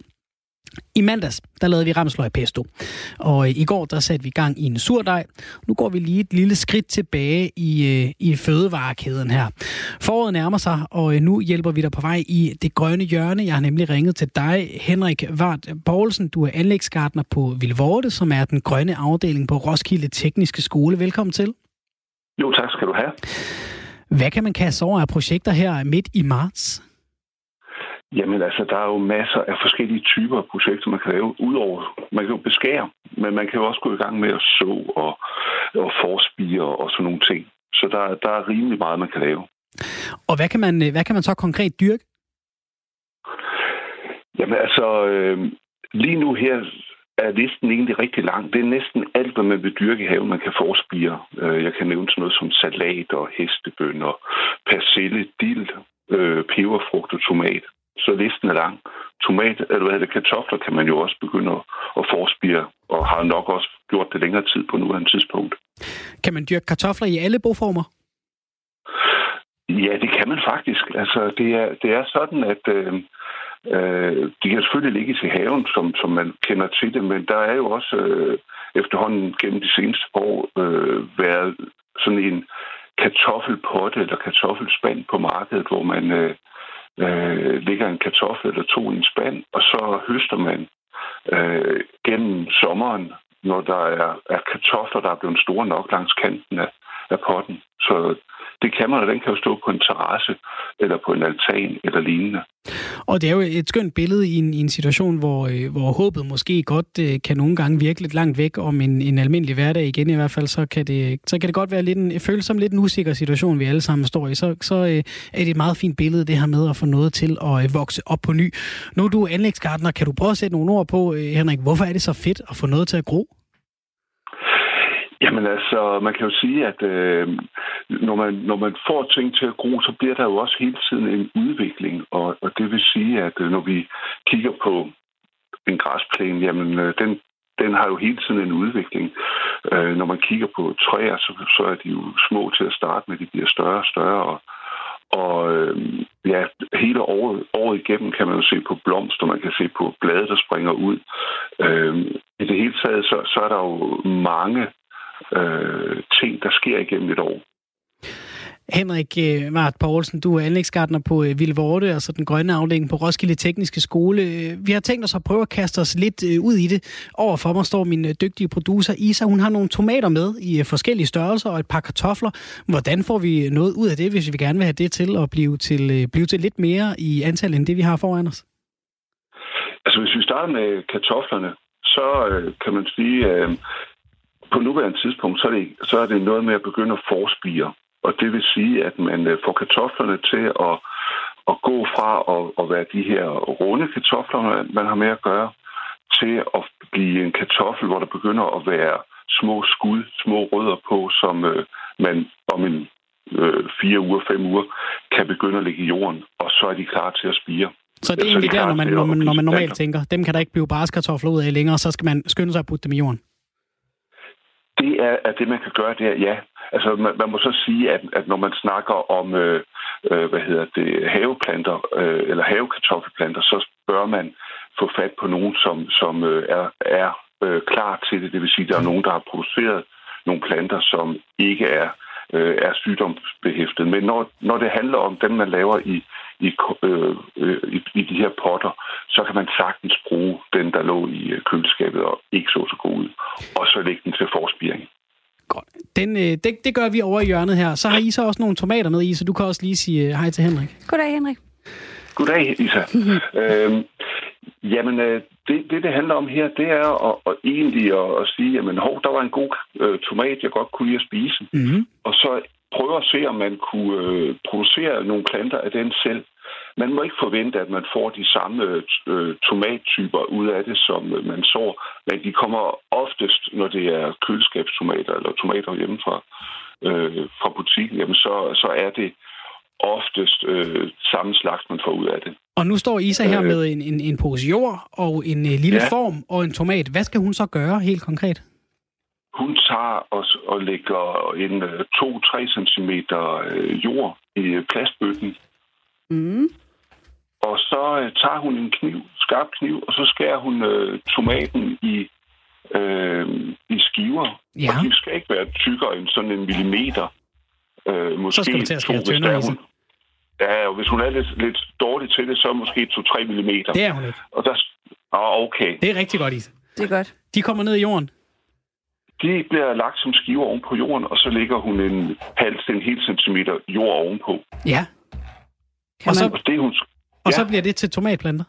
I mandags, der lavede vi ramsløg pesto, og i går, der satte vi i gang i en surdej. Nu går vi lige et lille skridt tilbage i, i fødevarekæden her. Foråret nærmer sig, og nu hjælper vi dig på vej i det grønne hjørne. Jeg har nemlig ringet til dig, Henrik Vart Poulsen. Du er anlægsgartner på Vilvoorde, som er den grønne afdeling på Roskilde Tekniske Skole. Velkommen til. Jo, tak skal du have. Hvad kan man kaste over af projekter her midt i marts? Jamen altså, der er jo masser af forskellige typer af projekter, man kan lave. Udover, man kan jo beskære, men man kan jo også gå i gang med at så og, og forspire og sådan nogle ting. Så der, der er rimelig meget, man kan lave. Og hvad kan man, hvad kan man så konkret dyrke? Jamen altså, øh, lige nu her er listen egentlig rigtig lang. Det er næsten alt, hvad man vil dyrke i haven, man kan forspire. Jeg kan nævne sådan noget som salat og hestebønner, persille, dild, øh, peberfrugt og tomat. Så listen er lang. Tomat, eller hvad hedder det, kartofler kan man jo også begynde at, at forspire, og har nok også gjort det længere tid på nuværende tidspunkt. Kan man dyrke kartofler i alle boformer? Ja, det kan man faktisk. Altså, det er, det er sådan, at øh, øh, de kan selvfølgelig ligge til haven, som, som man kender til det, men der er jo også øh, efterhånden gennem de seneste år øh, været sådan en kartoffelpotte eller kartoffelspand på markedet, hvor man øh, øh, lægger en kartoffel eller to i en spand, og så høster man øh, gennem sommeren, når der er, er kartofler, der er blevet store nok langs kanten af, af potten. Så det kan man, og den kan jo stå på en terrasse, eller på en altan, eller lignende. Og det er jo et skønt billede i en, i en situation, hvor, øh, hvor håbet måske godt øh, kan nogle gange virke lidt langt væk om en, en almindelig hverdag igen. I hvert fald, så kan det, så kan det godt være lidt en, føles som lidt en usikker situation, vi alle sammen står i. Så, så øh, er det et meget fint billede, det her med at få noget til at øh, vokse op på ny. Nu er du anlægsgartner. Kan du prøve at sætte nogle ord på, øh, Henrik, hvorfor er det så fedt at få noget til at gro? Jamen altså, man kan jo sige, at øh, når, man, når man får ting til at gro, så bliver der jo også hele tiden en udvikling. Og, og det vil sige, at øh, når vi kigger på en græsplæne, jamen øh, den, den har jo hele tiden en udvikling. Øh, når man kigger på træer, så, så er de jo små til at starte med, de bliver større og større. Og, og øh, ja, hele året, året igennem kan man jo se på blomster, man kan se på blade, der springer ud. Øh, I det hele taget, så, så er der jo mange Øh, ting, der sker igennem et år. Henrik øh, Vart Poulsen, du er anlægsgartner på øh, Vilvoorde, altså den grønne afdeling på Roskilde Tekniske Skole. Vi har tænkt os at prøve at kaste os lidt øh, ud i det. Overfor mig står min øh, dygtige producer Isa. Hun har nogle tomater med i øh, forskellige størrelser og et par kartofler. Hvordan får vi noget ud af det, hvis vi gerne vil have det til at blive til, øh, blive til lidt mere i antal end det, vi har foran os? Altså, hvis vi starter med kartoflerne, så øh, kan man sige... Øh, På nuværende tidspunkt, så er, det, så er det noget med at begynde at forspire. Og det vil sige, at man får kartoflerne til at, at gå fra at, at være de her runde kartofler, man har med at gøre, til at blive en kartoffel, hvor der begynder at være små skud, små rødder på, som øh, man om en øh, fire uger, fem uger kan begynde at ligge i jorden, og så er de klar til at spire. Så det er egentlig der, når man, når, man, når man normalt tænker, dem kan der ikke blive barskartofler ud af længere, så skal man skynde sig at putte dem i jorden? Det er, er det, man kan gøre der, ja. Altså, man, man må så sige, at, at når man snakker om, øh, øh, hvad hedder det, haveplanter, øh, eller havekartoffelplanter, så bør man få fat på nogen, som, som øh, er, er øh, klar til det. Det vil sige, at der er nogen, der har produceret nogle planter, som ikke er, øh, er sygdomsbehæftet. Men når, når det handler om dem, man laver i, i, øh, øh, i, i de her potter, så kan man sagtens bruge den, der lå i køleskabet og ikke så så god ud, og så lægge den til forspiring. Den, øh, det, det gør vi over i hjørnet her. Så har I så også nogle tomater med i, så du kan også lige sige hej til Henrik. Goddag, Henrik. Goddag, Isa. øhm, jamen, øh, det, det, det handler om her, det er at, at egentlig at, at sige, jamen, hov, der var en god øh, tomat, jeg godt kunne lide at spise. Mm-hmm. Og så prøve at se, om man kunne øh, producere nogle planter af den selv. Man må ikke forvente, at man får de samme øh, tomattyper ud af det, som øh, man så. Men de kommer oftest, når det er køleskabstomater eller tomater hjemmefra øh, fra butikken, jamen så, så er det oftest øh, samme slags, man får ud af det. Og nu står Isa her med en, en, en pose jord og en øh, lille ja. form og en tomat. Hvad skal hun så gøre helt konkret? Hun tager og, og lægger en to til tre centimeter øh, jord i plastbøtten. Mm. Og så øh, tager hun en kniv, skarp kniv, og så skærer hun øh, tomaten i, øh, i skiver. Ja. Og de skal ikke være tykkere end sådan en millimeter. Øh, måske så skal du til at skære tyndere, Isa. Ja, og hvis hun er lidt, lidt dårlig til det, så måske to til tre millimeter. Det er hun ikke. Og der, ah, okay. Det er rigtig godt, Isa. Det er godt. De kommer ned i jorden. De bliver lagt som skiver oven på jorden, og så lægger hun en halv til en hel centimeter jord ovenpå. Ja. Og så, og det, hun, og ja. så bliver det til tomatplanter?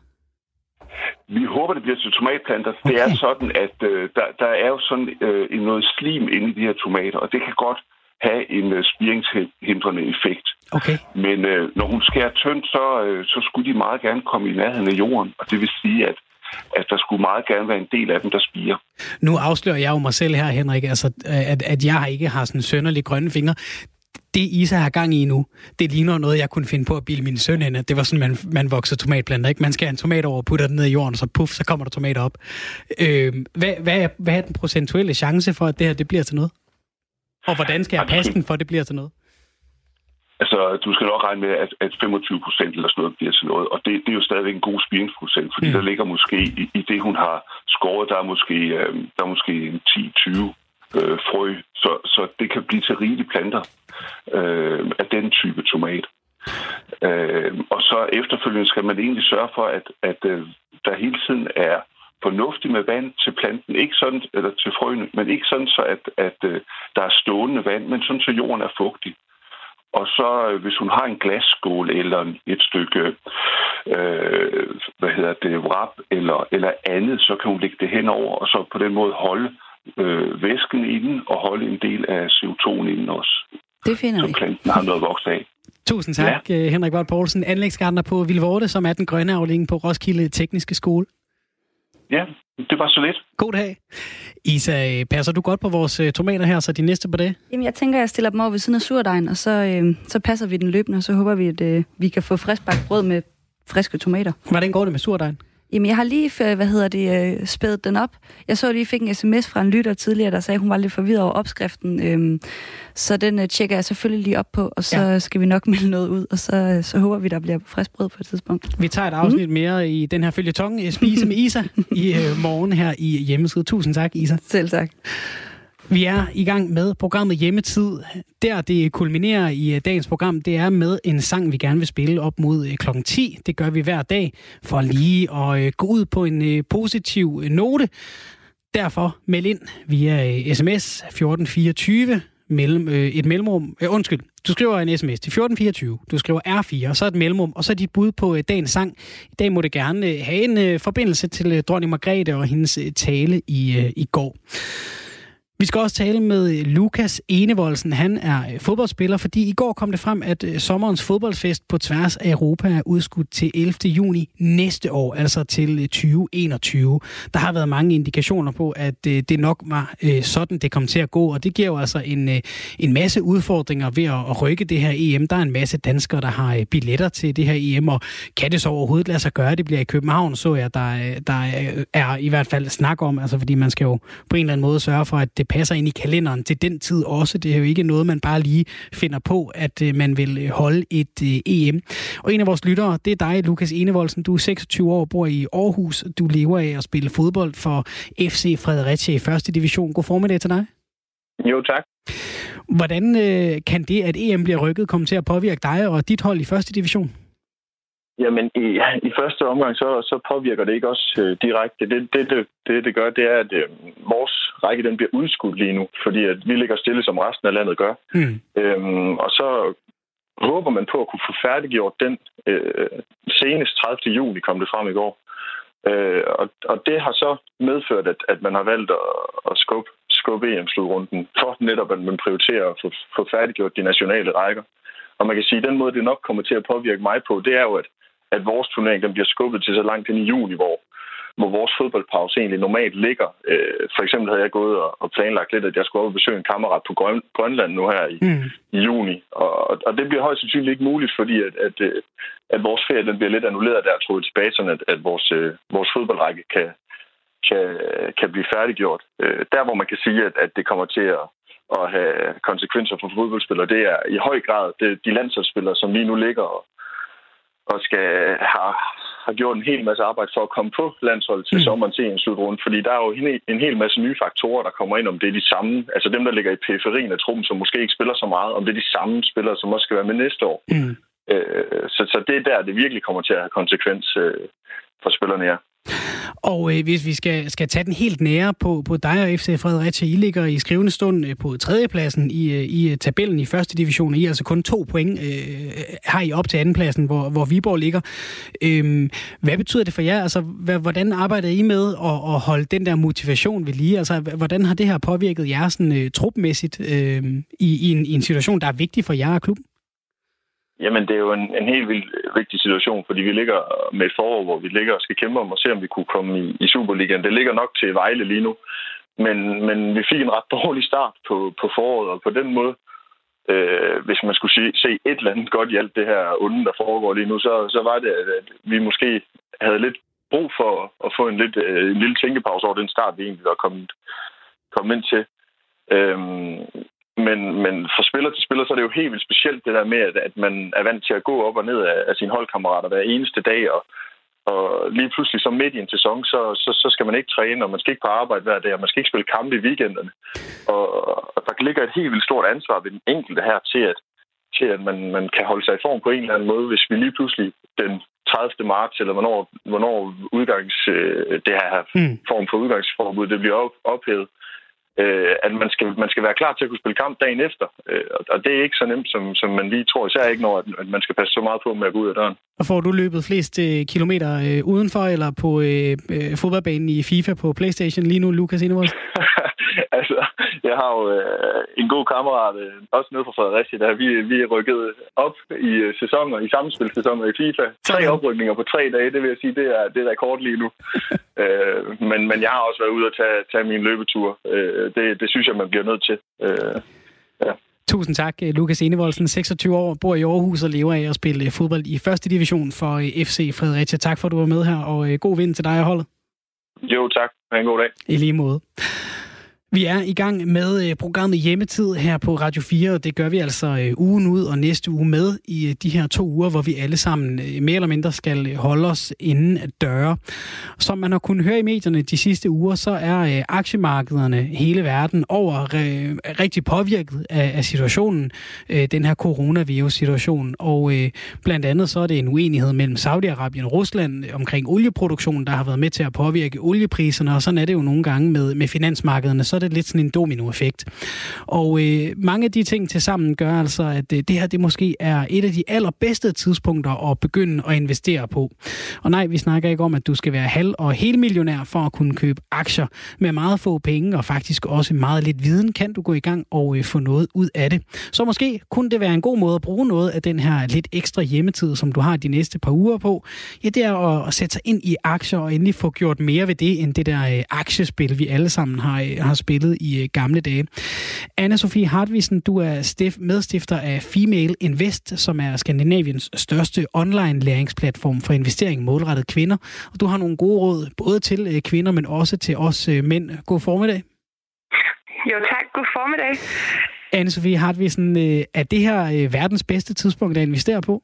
Vi håber, det bliver til tomatplanter. Okay. Det er sådan, at øh, der, der er jo sådan øh, noget slim inde i de her tomater, og det kan godt have en øh, spiringshindrende effekt. Okay. Men øh, når hun skærer tyndt, så, øh, så skulle de meget gerne komme i nærheden af jorden, og det vil sige, at at der skulle meget gerne være en del af dem, der spirer. Nu afslører jeg jo mig selv her, Henrik, altså, at, at jeg ikke har sådan sønderlig grønne fingre. Det Isa har gang i nu, det ligner noget, jeg kunne finde på at bilde min søn ind. Det var sådan, man, man vokser tomatplanter, ikke? Man skal have en tomat over og putter den ned i jorden, så puff, så kommer der tomater op. Øh, hvad, hvad, er, hvad er den procentuelle chance for, at det her det bliver til noget? Og hvordan skal jeg passe den for, at det bliver til noget? Altså, du skal nok regne med, at, at femogtyve procent eller sådan noget bliver til noget. Og det, det er jo stadigvæk en god spiringsprocent, fordi mm. der ligger måske, i, i det hun har skåret, der er måske, øh, der er måske en ti til tyve øh, frø. Så, så det kan blive til rigelige planter øh, af den type tomat. Øh, og så efterfølgende skal man egentlig sørge for, at, at øh, der hele tiden er fornuftigt med vand til planten, ikke sådan, eller til frøene, men ikke sådan, så at, at øh, der er stående vand, men sådan, så jorden er fugtig. Og så, hvis hun har en glasskål eller et stykke, øh, hvad hedder det, wrap eller, eller andet, så kan hun lægge det henover, og så på den måde holde øh, væsken inden, og holde en del af C O to inden også. Det finder vi. Så planten har noget vokset af. Tusind tak, ja. Henrik Vold Poulsen, anlægsgartner på Vilvorte, som er den grønne afdeling på Roskilde Tekniske Skole. Ja, det var så lidt. God dag. Isa, passer du godt på vores tomater her, så de næste på det? Jamen, jeg tænker, jeg stiller dem over ved siden af surdejen, og så, øh, så passer vi den løbende, og så håber vi, at øh, vi kan få friskbagt brød med friske tomater. Hvordan går det med surdejen? Jamen, jeg har lige, hvad hedder det, spædet den op. Jeg så lige fik en sms fra en lytter tidligere, der sagde, at hun var lidt forvirret over opskriften. Øhm, så den uh, tjekker jeg selvfølgelig lige op på, og så ja. skal vi nok melde noget ud, og så, så håber vi, der bliver frisk brød på et tidspunkt. Vi tager et afsnit mm. mere i den her føljeton, Spise med Isa, i uh, morgen her i hjemmeside. Tusind tak, Isa. Selv tak. Vi er i gang med programmet Hjemmetid. Der det kulminerer i dagens program, det er med en sang, vi gerne vil spille op mod klokken ti. Det gør vi hver dag for lige at gå ud på en positiv note. Derfor meld ind via sms fjorten fireogtyve, mellem, et mellemrum. Øh, undskyld, du skriver en sms til fjorten fireogtyve, du skriver R fire, og så et mellemrum, og så dit bud på dagens sang. I dag må det gerne have en forbindelse til dronning Margrethe og hendes tale i, i går. Vi skal også tale med Lukas Enevoldsen. Han er fodboldspiller, fordi i går kom det frem, at sommerens fodboldfest på tværs af Europa er udskudt til ellevte juni næste år, altså til tyve enogtyve. Der har været mange indikationer på, at det nok var sådan, det kom til at gå, og det giver jo altså en, en masse udfordringer ved at rykke det her E M. Der er en masse danskere, der har billetter til det her E M, og kan det så overhovedet lade sig gøre? Det bliver i København, så jeg, der, der er i hvert fald snak om, altså fordi man skal jo på en eller anden måde sørge for, at det passer ind i kalenderen til den tid også. Det er jo ikke noget, man bare lige finder på, at man vil holde et E M. Og en af vores lyttere, det er dig, Lukas Enevoldsen. Du er seksogtyve år, bor i Aarhus. Du lever af at spille fodbold for F C Fredericia i første division. God formiddag til dig. Jo, tak. Hvordan kan det, at E M bliver rykket, komme til at påvirke dig og dit hold i første division? Jamen, i, i første omgang, så, så påvirker det ikke også øh, direkte. Det, det, det, det, det gør, det er, at øh, vores række, den bliver udskudt lige nu, fordi at vi ligger stille, som resten af landet gør. Mm. Øhm, og så håber man på at kunne få færdiggjort den øh, senest tredivte juli, kom det frem i går. Øh, og, og det har så medført, at, at man har valgt at, at skubbe, skubbe E M-slutrunden for netop, at man prioriterer at få, få færdiggjort de nationale rækker. Og man kan sige, at den måde, det nok kommer til at påvirke mig på, det er jo, at at vores turnering den bliver skubbet til så langt ind i juni, hvor, hvor vores fodboldpause egentlig normalt ligger. Øh, for eksempel havde jeg gået og, og planlagt lidt, at jeg skulle op og besøge en kammerat på Grøn, Grønland nu her i, mm. i juni. Og, og det bliver højst sandsynligt ikke muligt, fordi at, at, at vores ferie den bliver lidt annulleret der, trukket tilbage, sådan at, at vores, vores fodboldrække kan, kan, kan blive færdiggjort. Øh, der, hvor man kan sige, at, at det kommer til at, at have konsekvenser for fodboldspillere, det er i høj grad det, de landsholdsspillere, som lige nu ligger og og skal have, have gjort en hel masse arbejde for at komme på landsholdet til mm. sommeren til en slutrunde. Fordi der er jo en, en hel masse nye faktorer, der kommer ind, om det er de samme, altså dem, der ligger i periferien af truppen, som måske ikke spiller så meget, om det er de samme spillere, som også skal være med næste år. Mm. Øh, så, så det er der, det virkelig kommer til at have konsekvens øh, for spillerne, ja. Og øh, hvis vi skal, skal tage den helt nære på, på dig og F C Fredericia, I ligger i skrivende stund øh, på tredjepladsen i, øh, i tabellen i første division. I er altså kun to point øh, har I op til andenpladsen, hvor, hvor Viborg ligger. Øh, hvad betyder det for jer? Altså, hvad, hvordan arbejder I med at, at holde den der motivation ved lige? Altså, hvordan har det her påvirket jer sådan, øh, trupmæssigt øh, i, i, en, i en situation, der er vigtig for jer og klubben? Jamen, det er jo en, en helt vildt vigtig situation, fordi vi ligger med et forår, hvor vi ligger og skal kæmpe om at se, om vi kunne komme i, i Superligaen. Det ligger nok til Vejle lige nu, men, men vi fik en ret dårlig start på, på foråret, og på den måde, øh, hvis man skulle se, se et eller andet godt i alt det her onde, der foregår lige nu, så, så var det, at vi måske havde lidt brug for at få en, lidt, en lille tænkepause over den start, vi egentlig var kommet, kommet ind til. Øhm, Men, men fra spiller til spiller, så er det jo helt vildt specielt det der med, at, at man er vant til at gå op og ned af, af sine holdkammerater hver eneste dag, og, og lige pludselig så midt i en sæson, så, så, så skal man ikke træne, og man skal ikke på arbejde hver dag, og man skal ikke spille kampe i weekenderne. Og, og der ligger et helt vildt stort ansvar ved den enkelte her til, at, til at man, man kan holde sig i form på en eller anden måde, hvis vi lige pludselig den tredivte marts, eller hvornår, hvornår udgangs, det her mm. form for udgangsforbud, det bliver op, ophævet. At man skal, man skal være klar til at kunne spille kamp dagen efter. Og det er ikke så nemt, som, som man lige tror. Især ikke, når at man skal passe så meget på med at gå ud af døren. Og får du løbet flest kilometer udenfor eller på øh, fodboldbanen i FIFA på PlayStation lige nu, Lukas Enevoldsen? Altså, jeg har jo øh, en god kammerat, øh, også nede fra Fredericia, der vi, vi er rykket op i øh, sæsoner, i sammenspilsæsoner i FIFA. Tre oprykninger på tre dage, det vil jeg sige, det er, det er rekord lige nu. øh, men, men jeg har også været ude og tage, tage min løbetur. Øh, det, det synes jeg, man bliver nødt til. Øh, ja. Tusind tak, Lukas Enevoldsen, seksogtyve år, bor i Aarhus og lever af at spille fodbold i første division for F C Fredericia. Tak for, at du var med her, og god vind til dig og holdet. Jo, tak. Ha' en god dag. I lige måde. Vi er i gang med programmet Hjemmetid her på Radio fire, og det gør vi altså ugen ud og næste uge med i de her to uger, hvor vi alle sammen mere eller mindre skal holde os inden at døre. Som man har kunnet høre i medierne de sidste uger, så er aktiemarkederne hele verden over rigtig påvirket af situationen, den her coronavirus-situation. Og blandt andet så er det en uenighed mellem Saudi-Arabien og Rusland omkring olieproduktionen, der har været med til at påvirke oliepriserne, og sådan er det jo nogle gange med, med finansmarkederne. Så er det lidt sådan en dominoeffekt. Og øh, mange af de ting til sammen gør altså, at øh, det her det måske er et af de allerbedste tidspunkter at begynde at investere på. Og nej, vi snakker ikke om, at du skal være halv- og helmillionær for at kunne købe aktier. Med meget få penge og faktisk også meget lidt viden, kan du gå i gang og øh, få noget ud af det. Så måske kunne det være en god måde at bruge noget af den her lidt ekstra hjemmetid, som du har de næste par uger på. Ja, det er at, at sætte sig ind i aktier og endelig få gjort mere ved det, end det der øh, aktiespil, vi alle sammen har, øh, har spillet i øh, gamle dage. Anna-Sophie Hartvigsen, du er stif, medstifter af Female Invest, som er Skandinaviens største online læringsplatform for investering målrettet kvinder. Og du har nogle gode råd, både til øh, kvinder, men også til os øh, mænd. God formiddag. Jo tak, god formiddag. Anne-Sophie Hartvigsen, øh, er det her øh, verdens bedste tidspunkt at investere på?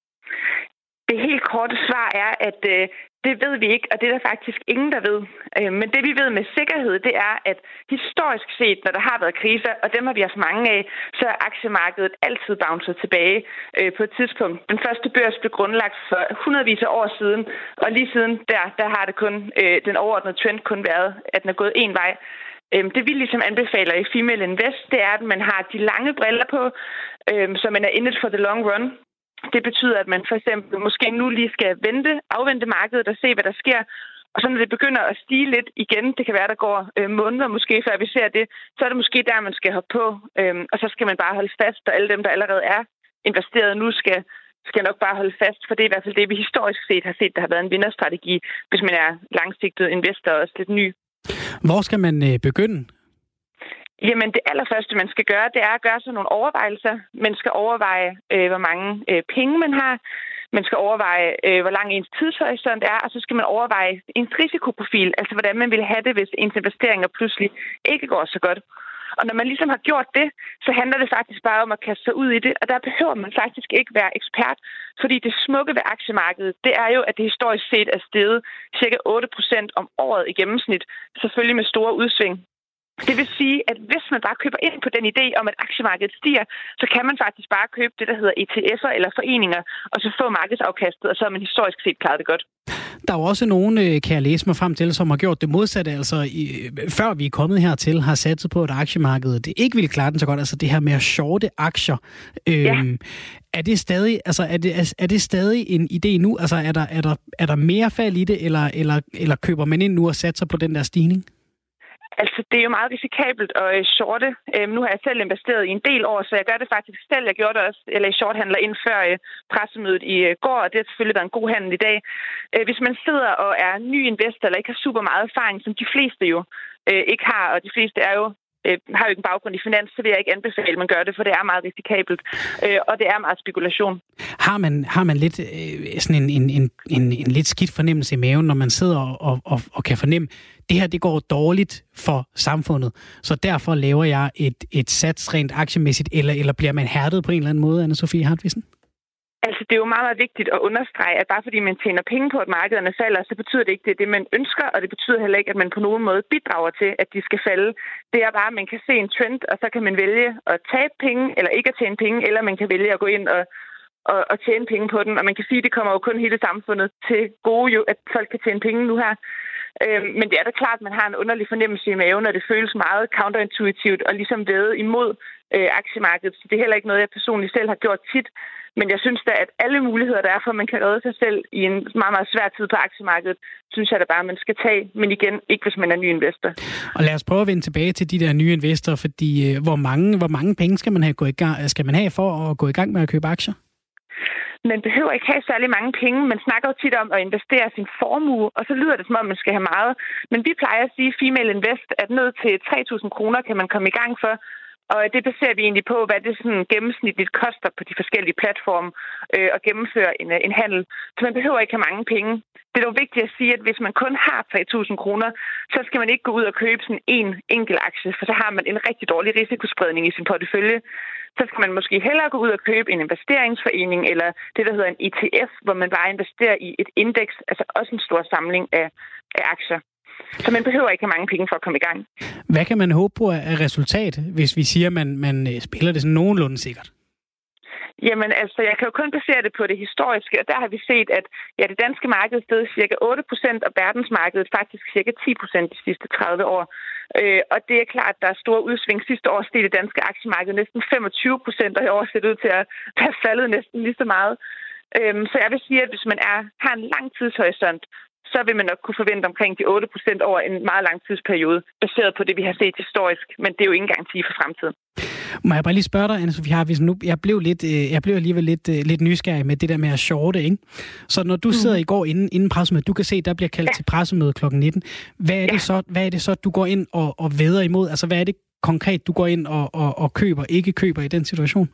Det helt korte svar er, at øh, det ved vi ikke, og det er der faktisk ingen, der ved. Øh, men det vi ved med sikkerhed, det er, at historisk set, når der har været kriser, og dem har vi haft mange af, så er aktiemarkedet altid bouncet tilbage øh, på et tidspunkt. Den første børs blev grundlagt for hundredvis af år siden, og lige siden der, der har det kun øh, den overordnede trend kun været, at den er gået en vej. Det vi ligesom anbefaler i Female Invest, det er, at man har de lange briller på, øhm, så man er in it for the long run. Det betyder, at man for eksempel måske nu lige skal vente, afvente markedet og se, hvad der sker. Og så når det begynder at stige lidt igen, det kan være, der går øh, måneder måske, før vi ser det, så er det måske der, man skal hoppe på. Øhm, og så skal man bare holde fast, og alle dem, der allerede er investeret nu, skal, skal nok bare holde fast. For det er i hvert fald det, vi historisk set har set, der har været en vinderstrategi, hvis man er langsigtet investor og også lidt ny. Hvor skal man øh, begynde? Jamen, det allerførste, man skal gøre, det er at gøre sig nogle overvejelser. Man skal overveje, øh, hvor mange øh, penge man har. Man skal overveje, øh, hvor lang ens tidshorisont er. Og så skal man overveje ens risikoprofil. Altså, hvordan man vil have det, hvis ens investeringer pludselig ikke går så godt. Og når man ligesom har gjort det, så handler det faktisk bare om at kaste sig ud i det. Og der behøver man faktisk ikke være ekspert. Fordi det smukke ved aktiemarkedet, det er jo, at det historisk set er steget cirka otte procent om året i gennemsnit. Selvfølgelig med store udsving. Det vil sige, at hvis man bare køber ind på den idé om, at aktiemarkedet stiger, så kan man faktisk bare købe det, der hedder E T F'er eller foreninger, og så få markedsafkastet, og så har man historisk set klaret det godt. Der er jo også nogen, kan jeg læse mig frem til, som har gjort det modsatte, altså i, før vi er kommet hertil, har satset på, at aktiemarkedet det ikke ville klare den så godt, altså det her med at shorte aktier. Øhm, ja. Er det stadig, altså er det, er det stadig en idé nu? Altså er der, er der, er der mere fald i det, eller, eller, eller køber man ind nu og satser på den der stigning? Altså, det er jo meget risikabelt at uh, shorte. Uh, nu har jeg selv investeret i en del år, så jeg gør det faktisk selv. Jeg gjorde det også, eller i shorthandler inden før uh, pressemødet i uh, går, og det har selvfølgelig været en god handel i dag. Uh, hvis man sidder og er ny investor, eller ikke har super meget erfaring, som de fleste jo uh, ikke har, og de fleste er jo uh, har jo ikke en baggrund i finans, så vil jeg ikke anbefale, at man gør det, for det er meget risikabelt, uh, og det er meget spekulation. Har man, har man lidt øh, sådan en, en, en, en, en lidt skidt fornemmelse i maven, når man sidder og, og, og kan fornemme, det her det går dårligt for samfundet, så derfor laver jeg et, et sats rent aktiemæssigt, eller, eller bliver man hærdet på en eller anden måde, Anne-Sophie Hartvigsen? Altså, det er jo meget, meget vigtigt at understrege, at bare fordi man tjener penge på, at markederne falder, så betyder det ikke, det er det, man ønsker, og det betyder heller ikke, at man på nogen måde bidrager til, at de skal falde. Det er bare, at man kan se en trend, og så kan man vælge at tabe penge, eller ikke at tjene penge, eller man kan vælge at gå ind og, og, og tjene penge på den. Og man kan sige, at det kommer jo kun hele samfundet til gode, jo, at folk kan tjene penge nu her. Men det er da klart, at man har en underlig fornemmelse i maven, og det føles meget counterintuitivt og ligesom væde imod øh, aktiemarkedet. Så det er heller ikke noget, jeg personligt selv har gjort tit. Men jeg synes da, at alle muligheder, der er for, at man kan redde sig selv i en meget, meget svær tid på aktiemarkedet, synes jeg da bare, at man skal tage. Men igen, ikke hvis man er ny investor. Og lad os prøve at vende tilbage til de der nye investorer, fordi øh, hvor, mange, hvor mange penge skal man have, gå i gang, skal man have for at gå i gang med at købe aktier? Man behøver ikke have særlig mange penge. Man snakker jo tit om at investere sin formue, og så lyder det som om, man skal have meget. Men vi plejer at sige, at Female Invest, at ned til tre tusind kroner kan man komme i gang for. Og det baserer vi egentlig på, hvad det sådan gennemsnitligt koster på de forskellige platforme øh, at gennemføre en, en handel. Så man behøver ikke have mange penge. Det er dog vigtigt at sige, at hvis man kun har tre tusind kroner, så skal man ikke gå ud og købe sådan en enkelt aktie, for så har man en rigtig dårlig risikospredning i sin portefølje. Så skal man måske hellere gå ud og købe en investeringsforening, eller det, der hedder en E T F, hvor man bare investerer i et indeks, altså også en stor samling af, af aktier. Så man behøver ikke have mange penge for at komme i gang. Hvad kan man håbe på af resultat, hvis vi siger, at man, man spiller det sådan nogenlunde sikkert? Jamen altså, jeg kan jo kun basere det på det historiske, og der har vi set, at ja, det danske marked steg cirka otte procent, og verdensmarkedet faktisk cirka ti procent de sidste tredive år. Øh, og det er klart, at der er store udsving. Sidste år steg det danske aktiemarked næsten femogtyve procent, og i år ser det ud til at have faldet næsten lige så meget. Øh, så jeg vil sige, at hvis man er, har en lang tidshorisont, så vil man nok kunne forvente omkring de otte procent over en meget lang tidsperiode, baseret på det, vi har set historisk. Men det er jo ingen garanti for fremtiden. Må jeg bare lige spørge dig, Anne-Sophie Hartvigsen, nu, jeg blev, lidt, jeg blev alligevel lidt, lidt nysgerrig med det der med at shorte, ikke? Så når du mm. sidder i går inden, inden pressemødet, du kan se, der bliver kaldt ja. til pressemøde klokken nitten. Hvad er, ja. det så, hvad er det så, du går ind og, og vædder imod? Altså, hvad er det konkret, du går ind og, og, og køber, ikke køber i den situation?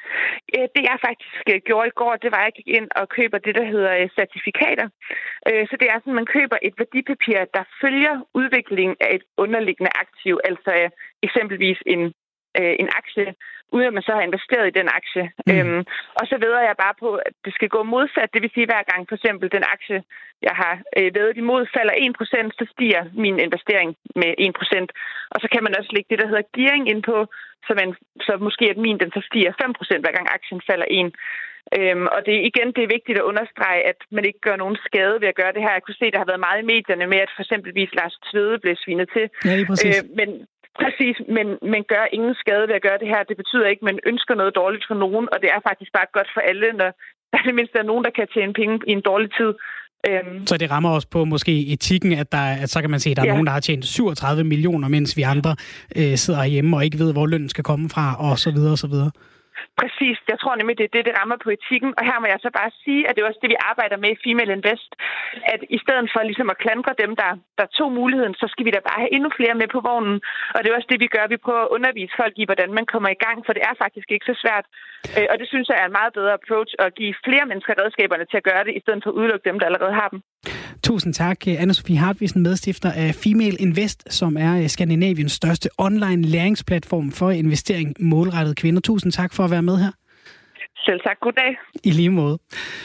Det, jeg faktisk gjorde i går, det var, at jeg gik ind og køber det, der hedder certifikater. Så det er sådan, at man køber et værdipapir, der følger udviklingen af et underliggende aktiv, altså eksempelvis en, en aktie, uden at man så har investeret i den aktie. Mm. Øhm, og så vædder jeg bare på, at det skal gå modsat. Det vil sige, hver gang for eksempel den aktie, jeg har øh, væddet imod, falder en procent, så stiger min investering med en procent. Og så kan man også lægge det, der hedder gearing ind på, så, man, så måske at min den så stiger fem procent, hver gang aktien falder en. Øhm, og det igen, det er vigtigt at understrege, at man ikke gør nogen skade ved at gøre det her. Jeg kunne se, der har været meget i medierne med, at for eksempelvis Lars Tvede blev svinet til. Ja, lige præcis. Øh, men Præcis, men man gør ingen skade ved at gøre det her. Det betyder ikke, at man ønsker noget dårligt for nogen, og det er faktisk bare godt for alle, når der er det mindste er nogen, der kan tjene penge i en dårlig tid. Øhm. Så det rammer også på måske etikken, at, der, at så kan man se, at der er ja. nogen, der har tjent syvogtredive millioner, mens vi andre øh, sidder hjemme og ikke ved, hvor lønnen skal komme fra, og så videre, og så videre. Præcis. Jeg tror nemlig, det er det, det rammer på etikken. Og her må jeg så bare sige, at det er også det, vi arbejder med i Female Invest. At i stedet for ligesom at klandre dem, der, der tog muligheden, så skal vi da bare have endnu flere med på vognen. Og det er også det, vi gør. Vi prøver at undervise folk i, hvordan man kommer i gang, for det er faktisk ikke så svært. Og det synes jeg er en meget bedre approach at give flere mennesker redskaberne til at gøre det, i stedet for at udelukke dem, der allerede har dem. Tusind tak, Anne-Sophie Hartvigsen, medstifter af Female Invest, som er Skandinaviens største online læringsplatform for investering målrettet kvinder. Tusind tak for at være med her. Selv tak. God dag. I lige måde.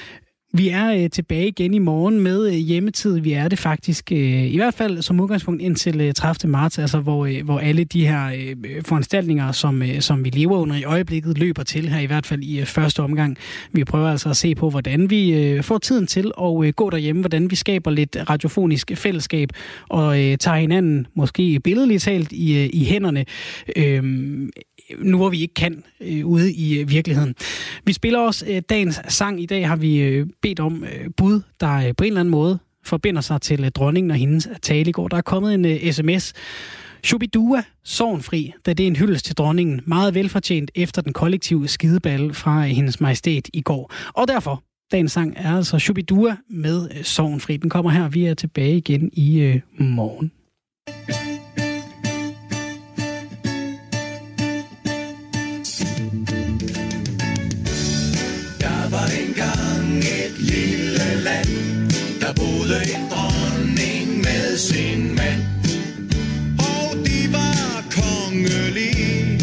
Vi er øh, tilbage igen i morgen med øh, hjemmetid. Vi er det faktisk øh, i hvert fald som udgangspunkt indtil øh, tredivte marts, altså hvor, øh, hvor alle de her øh, foranstaltninger, som, øh, som vi lever under i øjeblikket, løber til her i hvert fald i øh, første omgang. Vi prøver altså at se på, hvordan vi øh, får tiden til at øh, gå derhjemme, hvordan vi skaber lidt radiofonisk fællesskab og øh, tager hinanden måske billedligt talt i, øh, i hænderne. Øh, nu hvor vi ikke kan øh, ude i øh, virkeligheden. Vi spiller også øh, dagens sang. I dag har vi øh, bedt om øh, bud, der øh, på en eller anden måde forbinder sig til øh, dronningen og hendes tale i går. Der er kommet en øh, sms. Shubidua, sorgenfri, da det er en hyldest til dronningen. Meget velfortjent efter den kollektive skideballe fra øh, hendes majestæt i går. Og derfor, dagens sang er altså Shubidua med øh, sorgenfri. Den kommer her, vi er tilbage igen i øh, morgen. Et lille land, der boede en dronning med sin mand, og de var kongelige.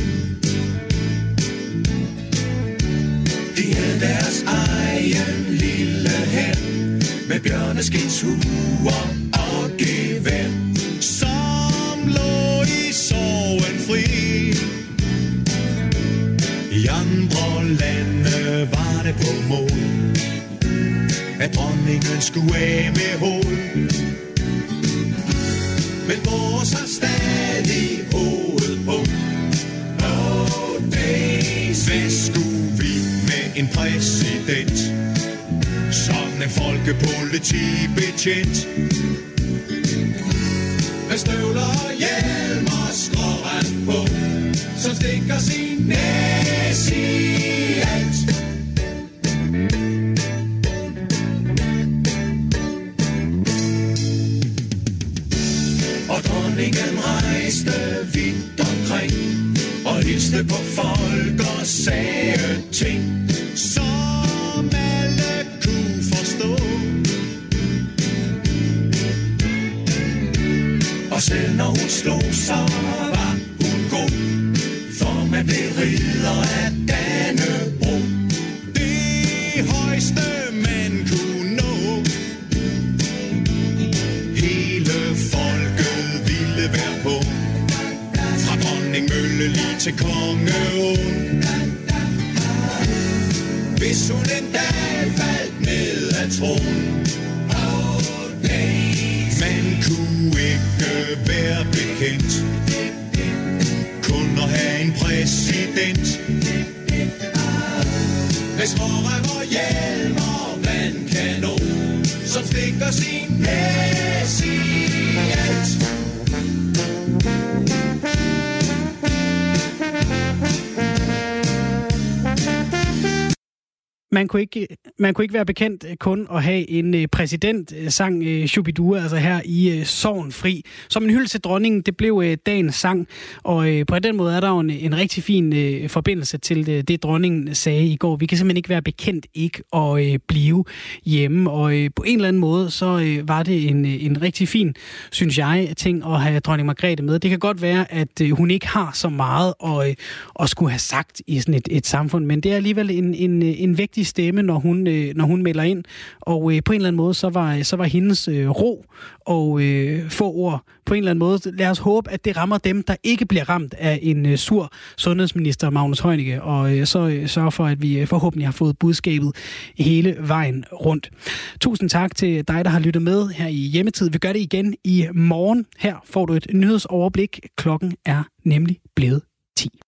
De havde deres egen lille hær med bjørneskindshue og gevær, som lå i sorgen fri. I andre lande var det på mod, at dronningen skulle af med hoved. Men vores har stadig hovedet på. Oh, days. Hvad skulle vi med en præsident? Sådan en folkepolitibetjent. Med støvler og hjelm og skrårand på, som stikker sin næse i alt. Og dronningen rejste vidt omkring og hilste på folk og sagde ting, som alle kunne forstå. Og selv når hun slog, så var hun god, for man blev ridder af Dannebrog. Det højeste man kunne nå. Hele folket ville være på, fra dronning Mølle lige til kongeåen. tron. Man kunne ikke være bekendt kun at have en præsident. Hvis revolver, hjelm og vandkanon, som stikker sin næse i alt. Man kunne, ikke, man kunne ikke være bekendt kun at have en øh, præsident, øh, sang øh, Shubidua, altså her i øh, Sorgenfri. Som en hyldest til dronningen, det blev øh, dagens sang, og øh, på den måde er der jo en, en rigtig fin øh, forbindelse til det, det, dronningen sagde i går. Vi kan simpelthen ikke være bekendt ikke at øh, blive hjemme, og øh, på en eller anden måde, så øh, var det en, en rigtig fin, synes jeg, ting at have dronning Margrethe med. Det kan godt være, at øh, hun ikke har så meget at, øh, at skulle have sagt i sådan et, et samfund, men det er alligevel en, en, en vigtig stemme, når hun, øh, når hun melder ind. Og øh, på en eller anden måde, så var, så var hendes øh, ro og øh, få ord på en eller anden måde. Lad os håbe, at det rammer dem, der ikke bliver ramt af en øh, sur sundhedsminister, Magnus Heunicke, og øh, så øh, sørge for, at vi øh, forhåbentlig har fået budskabet hele vejen rundt. Tusind tak til dig, der har lyttet med her i Hjemmetid. Vi gør det igen i morgen. Her får du et nyhedsoverblik. Klokken er nemlig blevet ti.